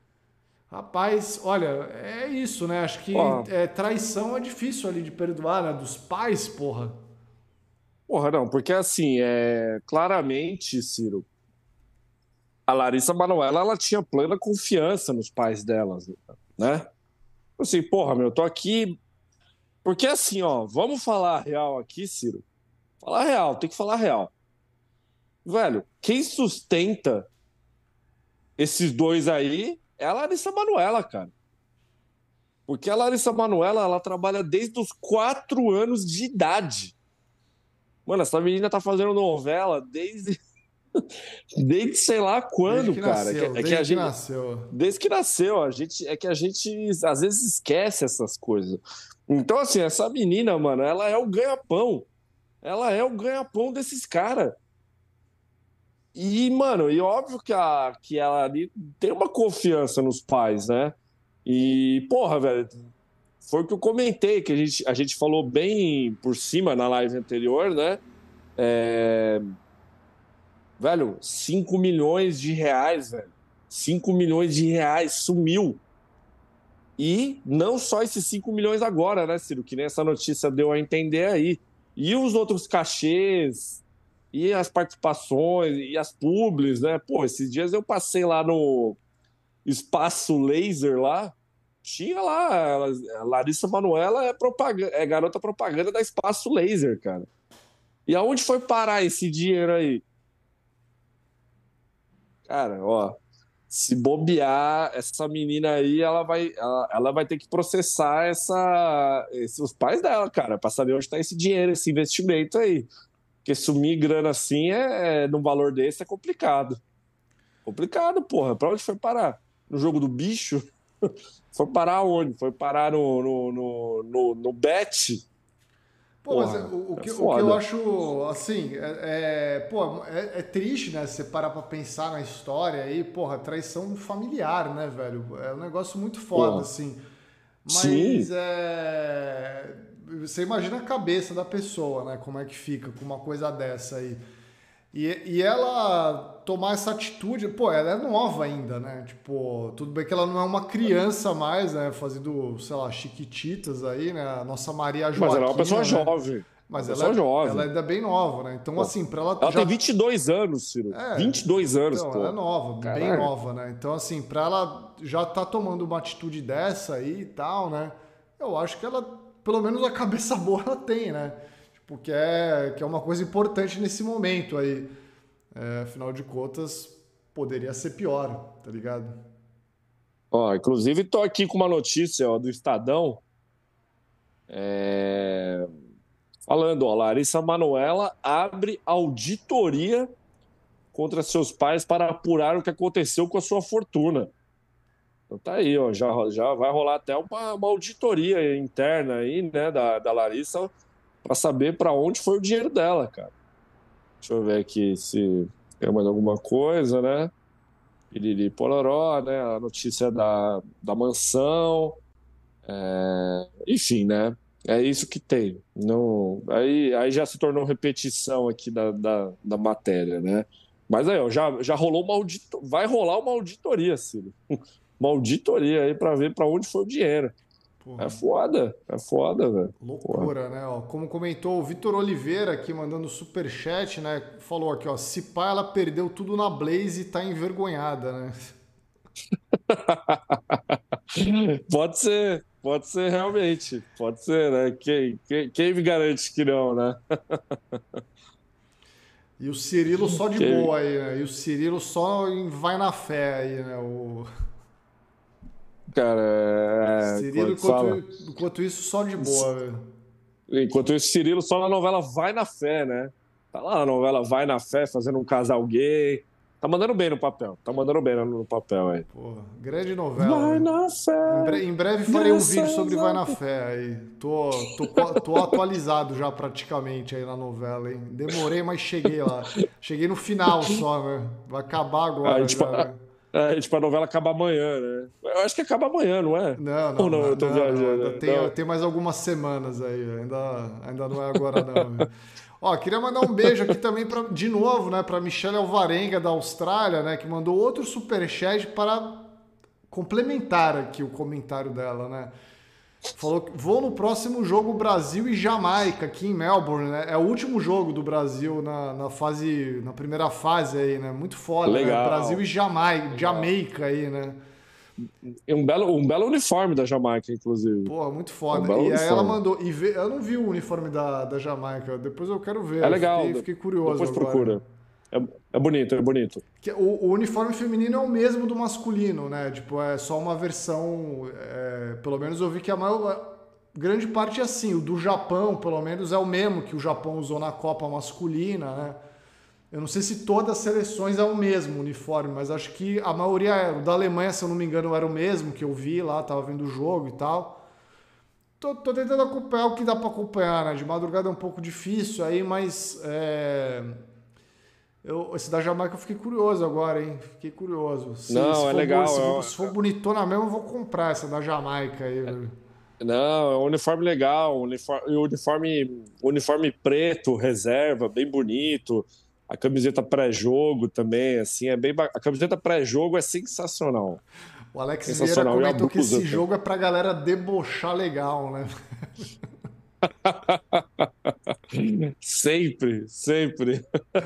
Rapaz, olha, é isso, né? Acho que traição é difícil ali de perdoar, né? Dos pais, porra. Porra, não, porque assim, claramente, Ciro, a Larissa Manoela, ela tinha plena confiança nos pais delas, né? Assim, porra, meu, eu tô aqui. Porque assim, ó, vamos falar a real aqui, Ciro. Falar real, tem que falar real. Velho, quem sustenta esses dois aí é a Larissa Manoela, cara. Porque a Larissa Manoela, ela trabalha desde os 4 anos de idade. Mano, essa menina tá fazendo novela desde sei lá quando, cara. Desde que nasceu. Desde que nasceu. É que a gente às vezes esquece essas coisas. Então, assim, essa menina, mano, ela é o ganha-pão. Ela é o ganha-pão desses caras. E, mano, e óbvio que ela ali tem uma confiança nos pais, né? E, porra, velho, foi o que eu comentei, que a gente falou bem por cima na live anterior, né? Velho, 5 milhões de reais, velho. 5 milhões de reais sumiu. E não só esses 5 milhões agora, né, Ciro? Que nem essa notícia deu a entender aí. E os outros cachês, e as participações, e as publis, né? Pô, esses dias eu passei lá no Espaço Laser lá, tinha lá, a Larissa Manoela é garota propaganda da Espaço Laser, cara. E aonde foi parar esse dinheiro aí? Cara, ó, se bobear, essa menina aí, ela vai ter que processar os pais dela, cara, pra saber onde tá esse dinheiro, esse investimento aí. Porque sumir grana assim, num valor desse, é complicado. Complicado, porra. Pra onde foi parar? No jogo do bicho? Foi parar onde? Foi parar no bet? Pô, mas o que eu acho, assim, é triste, né? Você parar pra pensar na história aí, porra, traição familiar, né, velho? É um negócio muito foda, assim. Mas Sim. Você imagina a cabeça da pessoa, né? Como é que fica com uma coisa dessa aí. E ela tomar essa atitude, pô, ela é nova ainda, né? Tipo, tudo bem que ela não é uma criança mais, né? Fazendo, sei lá, chiquititas aí, né? A nossa Maria Joaquina, Mas ela é uma pessoa né? jovem. Mas jovem. ela ainda é bem nova, né? Então, assim, pra ela... Ela tem 22 anos, Ciro. 22 anos, então, pô. ela é nova, Caraca. bem nova, né? Então, assim, pra ela já tá tomando uma atitude dessa aí e tal, né? Eu acho que ela, pelo menos a cabeça boa ela tem, né? Tipo, que é uma coisa importante nesse momento aí. Afinal de contas, poderia ser pior, tá ligado? Ó, inclusive, tô aqui com uma notícia do Estadão. Falando, ó, Larissa Manoela abre auditoria contra seus pais para apurar o que aconteceu com a sua fortuna. Então tá aí, ó, já vai rolar até uma auditoria interna aí, né, da Larissa, para saber para onde foi o dinheiro dela, cara. Deixa eu ver aqui se tem mais alguma coisa, né? Piriri Pororó, né? A notícia da mansão, enfim, né? É isso que tem. Não, aí já se tornou repetição aqui da matéria, né? Mas aí, ó, já rolou vai rolar uma auditoria, Ciro. Uma auditoria aí para ver para onde foi o dinheiro. Porra, É foda, velho. Porra. loucura, né? Ó, como comentou o Vitor Oliveira aqui, mandando superchat, né? Falou aqui, ó, se pá, ela perdeu tudo na Blaze e tá envergonhada, né? Pode ser realmente, pode ser, né? Quem me garante que não, né? E o Cirilo só de Quem- boa aí, né? E o Cirilo só vai na fé aí, né? Cara, como Cirilo, é que fala? enquanto isso, só de boa, velho. Enquanto isso, Cirilo só na novela Vai na Fé, né? Tá lá na novela Vai na Fé, fazendo um casal gay. Tá mandando bem no papel, tá mandando bem no papel aí. Porra, grande novela, Vai velho. na fé, Em breve farei um vídeo sobre graças Vai a na Deus. Fé aí. Tô atualizado já praticamente aí na novela, hein? Demorei, mas cheguei lá. Cheguei no final só, né? Vai acabar Aí, agora tipo, já, né? tipo, a novela acaba amanhã, né? Eu acho que acaba amanhã, não é? Não, Ou não, não, não, eu tô não, não. viajando. Ainda Né? Não. tem mais algumas semanas aí. Ainda não é agora, não. Ó, queria mandar um beijo aqui também de novo, né, para Michelle Alvarenga da Austrália, né, que mandou outro superchat para complementar aqui o comentário dela, né? Falou que vou no próximo jogo Brasil e Jamaica aqui em Melbourne, né? É o último jogo do Brasil na primeira fase aí, né? Muito foda, né? Brasil e Legal, legal. Jamaica aí, né? E um belo uniforme da Jamaica, inclusive. Pô, muito É um foda. belo E aí ela uniforme. mandou. Eu não vi o uniforme da Jamaica. Depois eu quero ver. É Eu legal, fiquei curioso depois agora. procura. É, é bonito, é bonito. O uniforme feminino é o mesmo do masculino, né? Tipo, é só uma versão. Pelo menos eu vi que a maior. Grande parte é assim. O do Japão, pelo menos, é o mesmo que o Japão usou na Copa masculina, né? Eu não sei se todas as seleções é o mesmo uniforme, mas acho que a maioria é. O da Alemanha, se eu não me engano, era o mesmo que eu vi lá, tava vendo o jogo e tal. Tô tentando acompanhar o que dá pra acompanhar, né? De madrugada é um pouco difícil aí, mas esse da Jamaica eu fiquei curioso agora, hein? Fiquei curioso. Se Não, é for, legal. se for bonitona mesmo, eu vou comprar essa da Jamaica aí, velho. Não, é um uniforme legal, uniforme preto, reserva, bem bonito. A camiseta pré-jogo também, assim, a camiseta pré-jogo é sensacional. O Alex Vieira Sensacional e a comentou que blusa esse também. jogo é pra galera debochar legal, né? Sempre, sempre.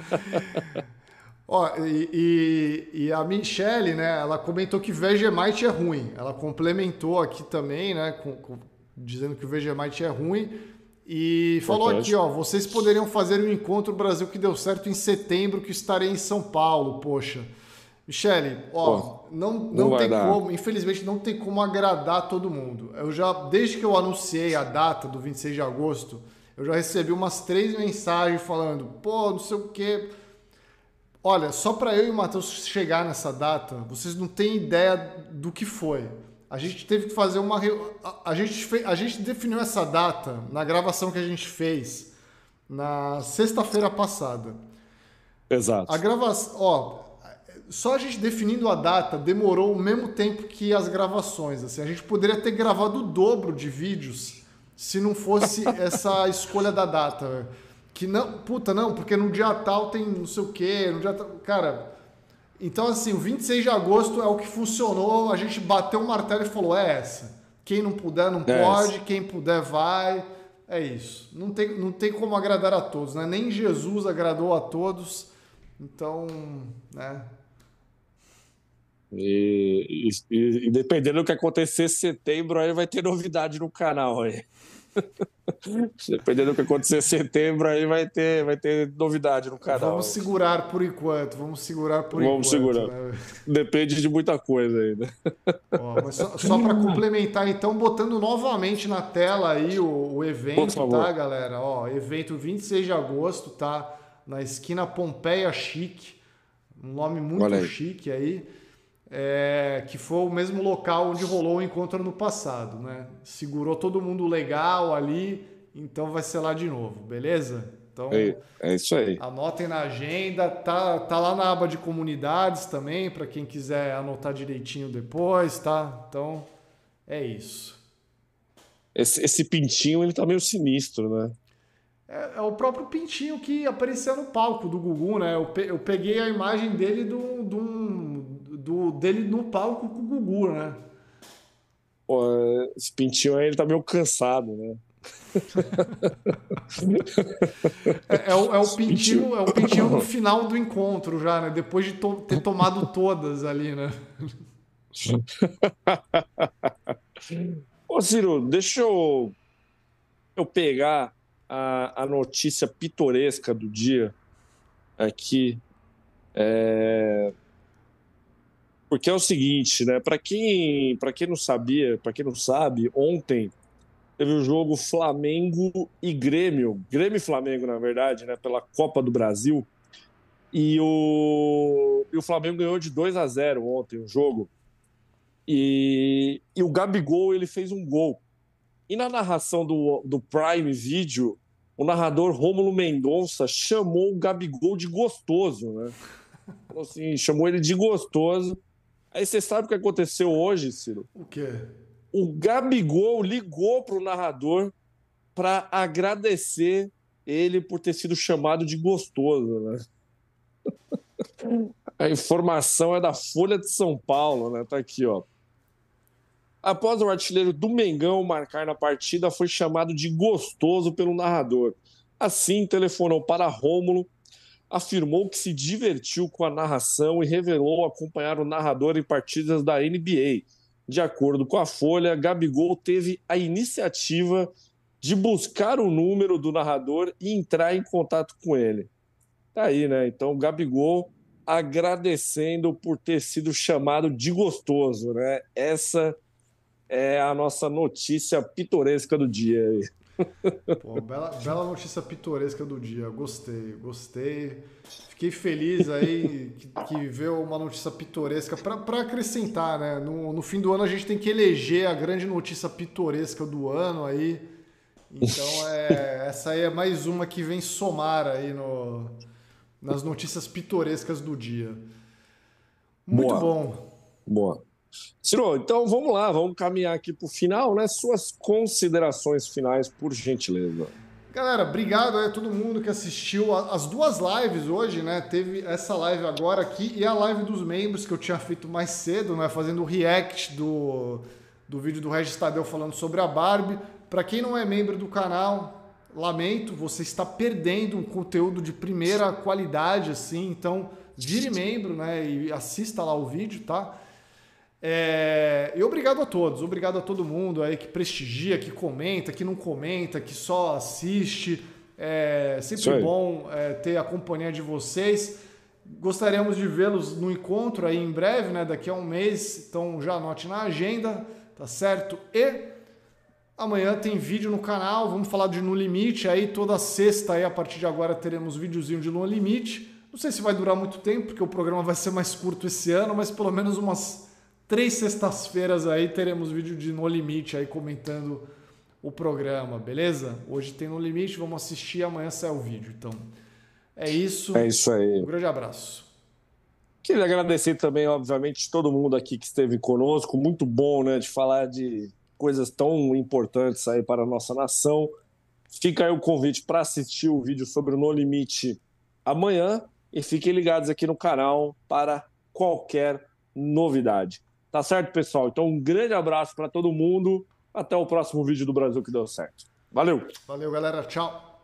Ó, e a Michelle, né, ela comentou que Vegemite é ruim. Ela complementou aqui também, né, dizendo que o Vegemite é ruim. E falou aqui, Importante. ó, vocês poderiam fazer um encontro Brasil que deu certo em setembro, que estarei em São Paulo, poxa. Michele, Pô, ó, não não vai tem dar. como, infelizmente não tem como agradar todo mundo. Desde que eu anunciei a data do 26 de agosto, eu já recebi umas 3 mensagens falando, pô, não sei o quê. Olha, só para eu e o Matheus chegar nessa data, vocês não têm ideia do que foi. A gente teve que fazer uma. A gente definiu essa data na gravação que a gente fez na sexta-feira passada. A Exato. gravação. Ó, só a gente definindo a data demorou o mesmo tempo que as gravações. Assim, a gente poderia ter gravado o dobro de vídeos se não fosse essa escolha da data. Velho. Que não, puta, não, porque no dia tal tem não sei o quê, no dia tal. Cara, então assim, o 26 de agosto é o que funcionou, a gente bateu o martelo e falou: é essa. Quem não puder, não É, pode, quem puder, vai. É isso. Não tem como agradar a todos, né? Nem Jesus agradou a todos. Então, né? e dependendo do que acontecer em setembro, aí vai ter novidade no canal aí. Dependendo do que acontecer em setembro, aí vai ter novidade no Vamos canal. segurar por enquanto. Vamos segurar por Vamos enquanto, segurar. né? Depende de muita coisa ainda. Ó, mas só para complementar, então, botando novamente na tela aí o Por evento, tá, favor. galera? Ó, evento 26 de agosto, tá? Na esquina Pompeia Chique, um nome Olha muito aí. chique aí, que foi o mesmo local onde rolou o encontro no passado, né? Segurou todo mundo legal ali Então vai ser lá de novo, beleza? Então É isso aí. anotem na agenda, tá lá na aba de comunidades também, para quem quiser anotar direitinho depois, tá? Então é isso. Esse pintinho, ele tá meio sinistro, né? É o próprio pintinho que aparecia no palco do Gugu, né? Eu peguei a imagem dele dele no palco com o Gugu, né? Pô, esse pintinho aí, ele tá meio cansado, né? É o pintinho no final do encontro já, né? Depois de ter tomado todas ali, né? Ô, Ciro, deixa eu pegar a notícia pitoresca do dia aqui. Porque é o seguinte, né? Para quem não sabia, para quem não sabe, ontem teve o jogo Flamengo e Grêmio. Grêmio e Flamengo, na verdade, né? Pela Copa do Brasil. E o Flamengo ganhou de 2-0 ontem o jogo. E o Gabigol, ele fez um gol. E na narração do Prime Video, o narrador Rômulo Mendonça chamou o Gabigol de gostoso, né? Falou assim, chamou ele de gostoso. Aí você sabe o que aconteceu hoje, Ciro? O quê? O Gabigol ligou para o narrador para agradecer ele por ter sido chamado de gostoso, né? A informação é da Folha de São Paulo, né? Tá aqui, ó. Após o artilheiro do Mengão marcar na partida, foi chamado de gostoso pelo narrador. Assim, telefonou para Rômulo, afirmou que se divertiu com a narração e revelou acompanhar o narrador em partidas da NBA. De acordo com a Folha, Gabigol teve a iniciativa de buscar o número do narrador e entrar em contato com ele. Tá aí, né? Então, o Gabigol agradecendo por ter sido chamado de gostoso, né? Essa é a nossa notícia pitoresca do dia aí. Pô, bela notícia pitoresca do dia. Gostei. Fiquei feliz aí que veio uma notícia pitoresca para acrescentar, né? No fim do ano a gente tem que eleger a grande notícia pitoresca do ano aí. Então essa aí é mais uma que vem somar aí nas notícias pitorescas do dia. Muito Boa. bom. Boa. Ciro, então vamos lá, vamos caminhar aqui para o final, né? Suas considerações finais, por gentileza. Galera, obrigado a todo mundo que assistiu as duas lives hoje, né? Teve essa live agora aqui e a live dos membros que eu tinha feito mais cedo, né? Fazendo o react do vídeo do Regis Tadeu falando sobre a Barbie. Para quem não é membro do canal, lamento, você está perdendo um conteúdo de primeira qualidade, assim. Então, vire membro, né? E assista lá o vídeo, tá? E obrigado a todos, obrigado a todo mundo aí que prestigia, que comenta, que não comenta, que só assiste. É sempre bom ter a companhia de vocês. Gostaríamos de vê-los no encontro aí em breve, né? Daqui a um mês, então já anote na agenda, tá certo? E amanhã tem vídeo no canal, vamos falar de No Limite, aí toda sexta aí, a partir de agora teremos videozinho de No Limite. Não sei se vai durar muito tempo, porque o programa vai ser mais curto esse ano, mas pelo menos umas 3 sextas-feiras aí teremos vídeo de No Limite aí comentando o programa, beleza? Hoje tem No Limite, vamos assistir, amanhã sai o vídeo. Então, é isso. É isso aí. Um grande abraço. Queria agradecer também, obviamente, todo mundo aqui que esteve conosco. Muito bom, né, de falar de coisas tão importantes aí para a nossa nação. Fica aí o convite para assistir o vídeo sobre o No Limite amanhã e fiquem ligados aqui no canal para qualquer novidade. Tá certo, pessoal? Então, um grande abraço para todo mundo. Até o próximo vídeo do Brasil que deu certo. Valeu! Valeu, galera. Tchau!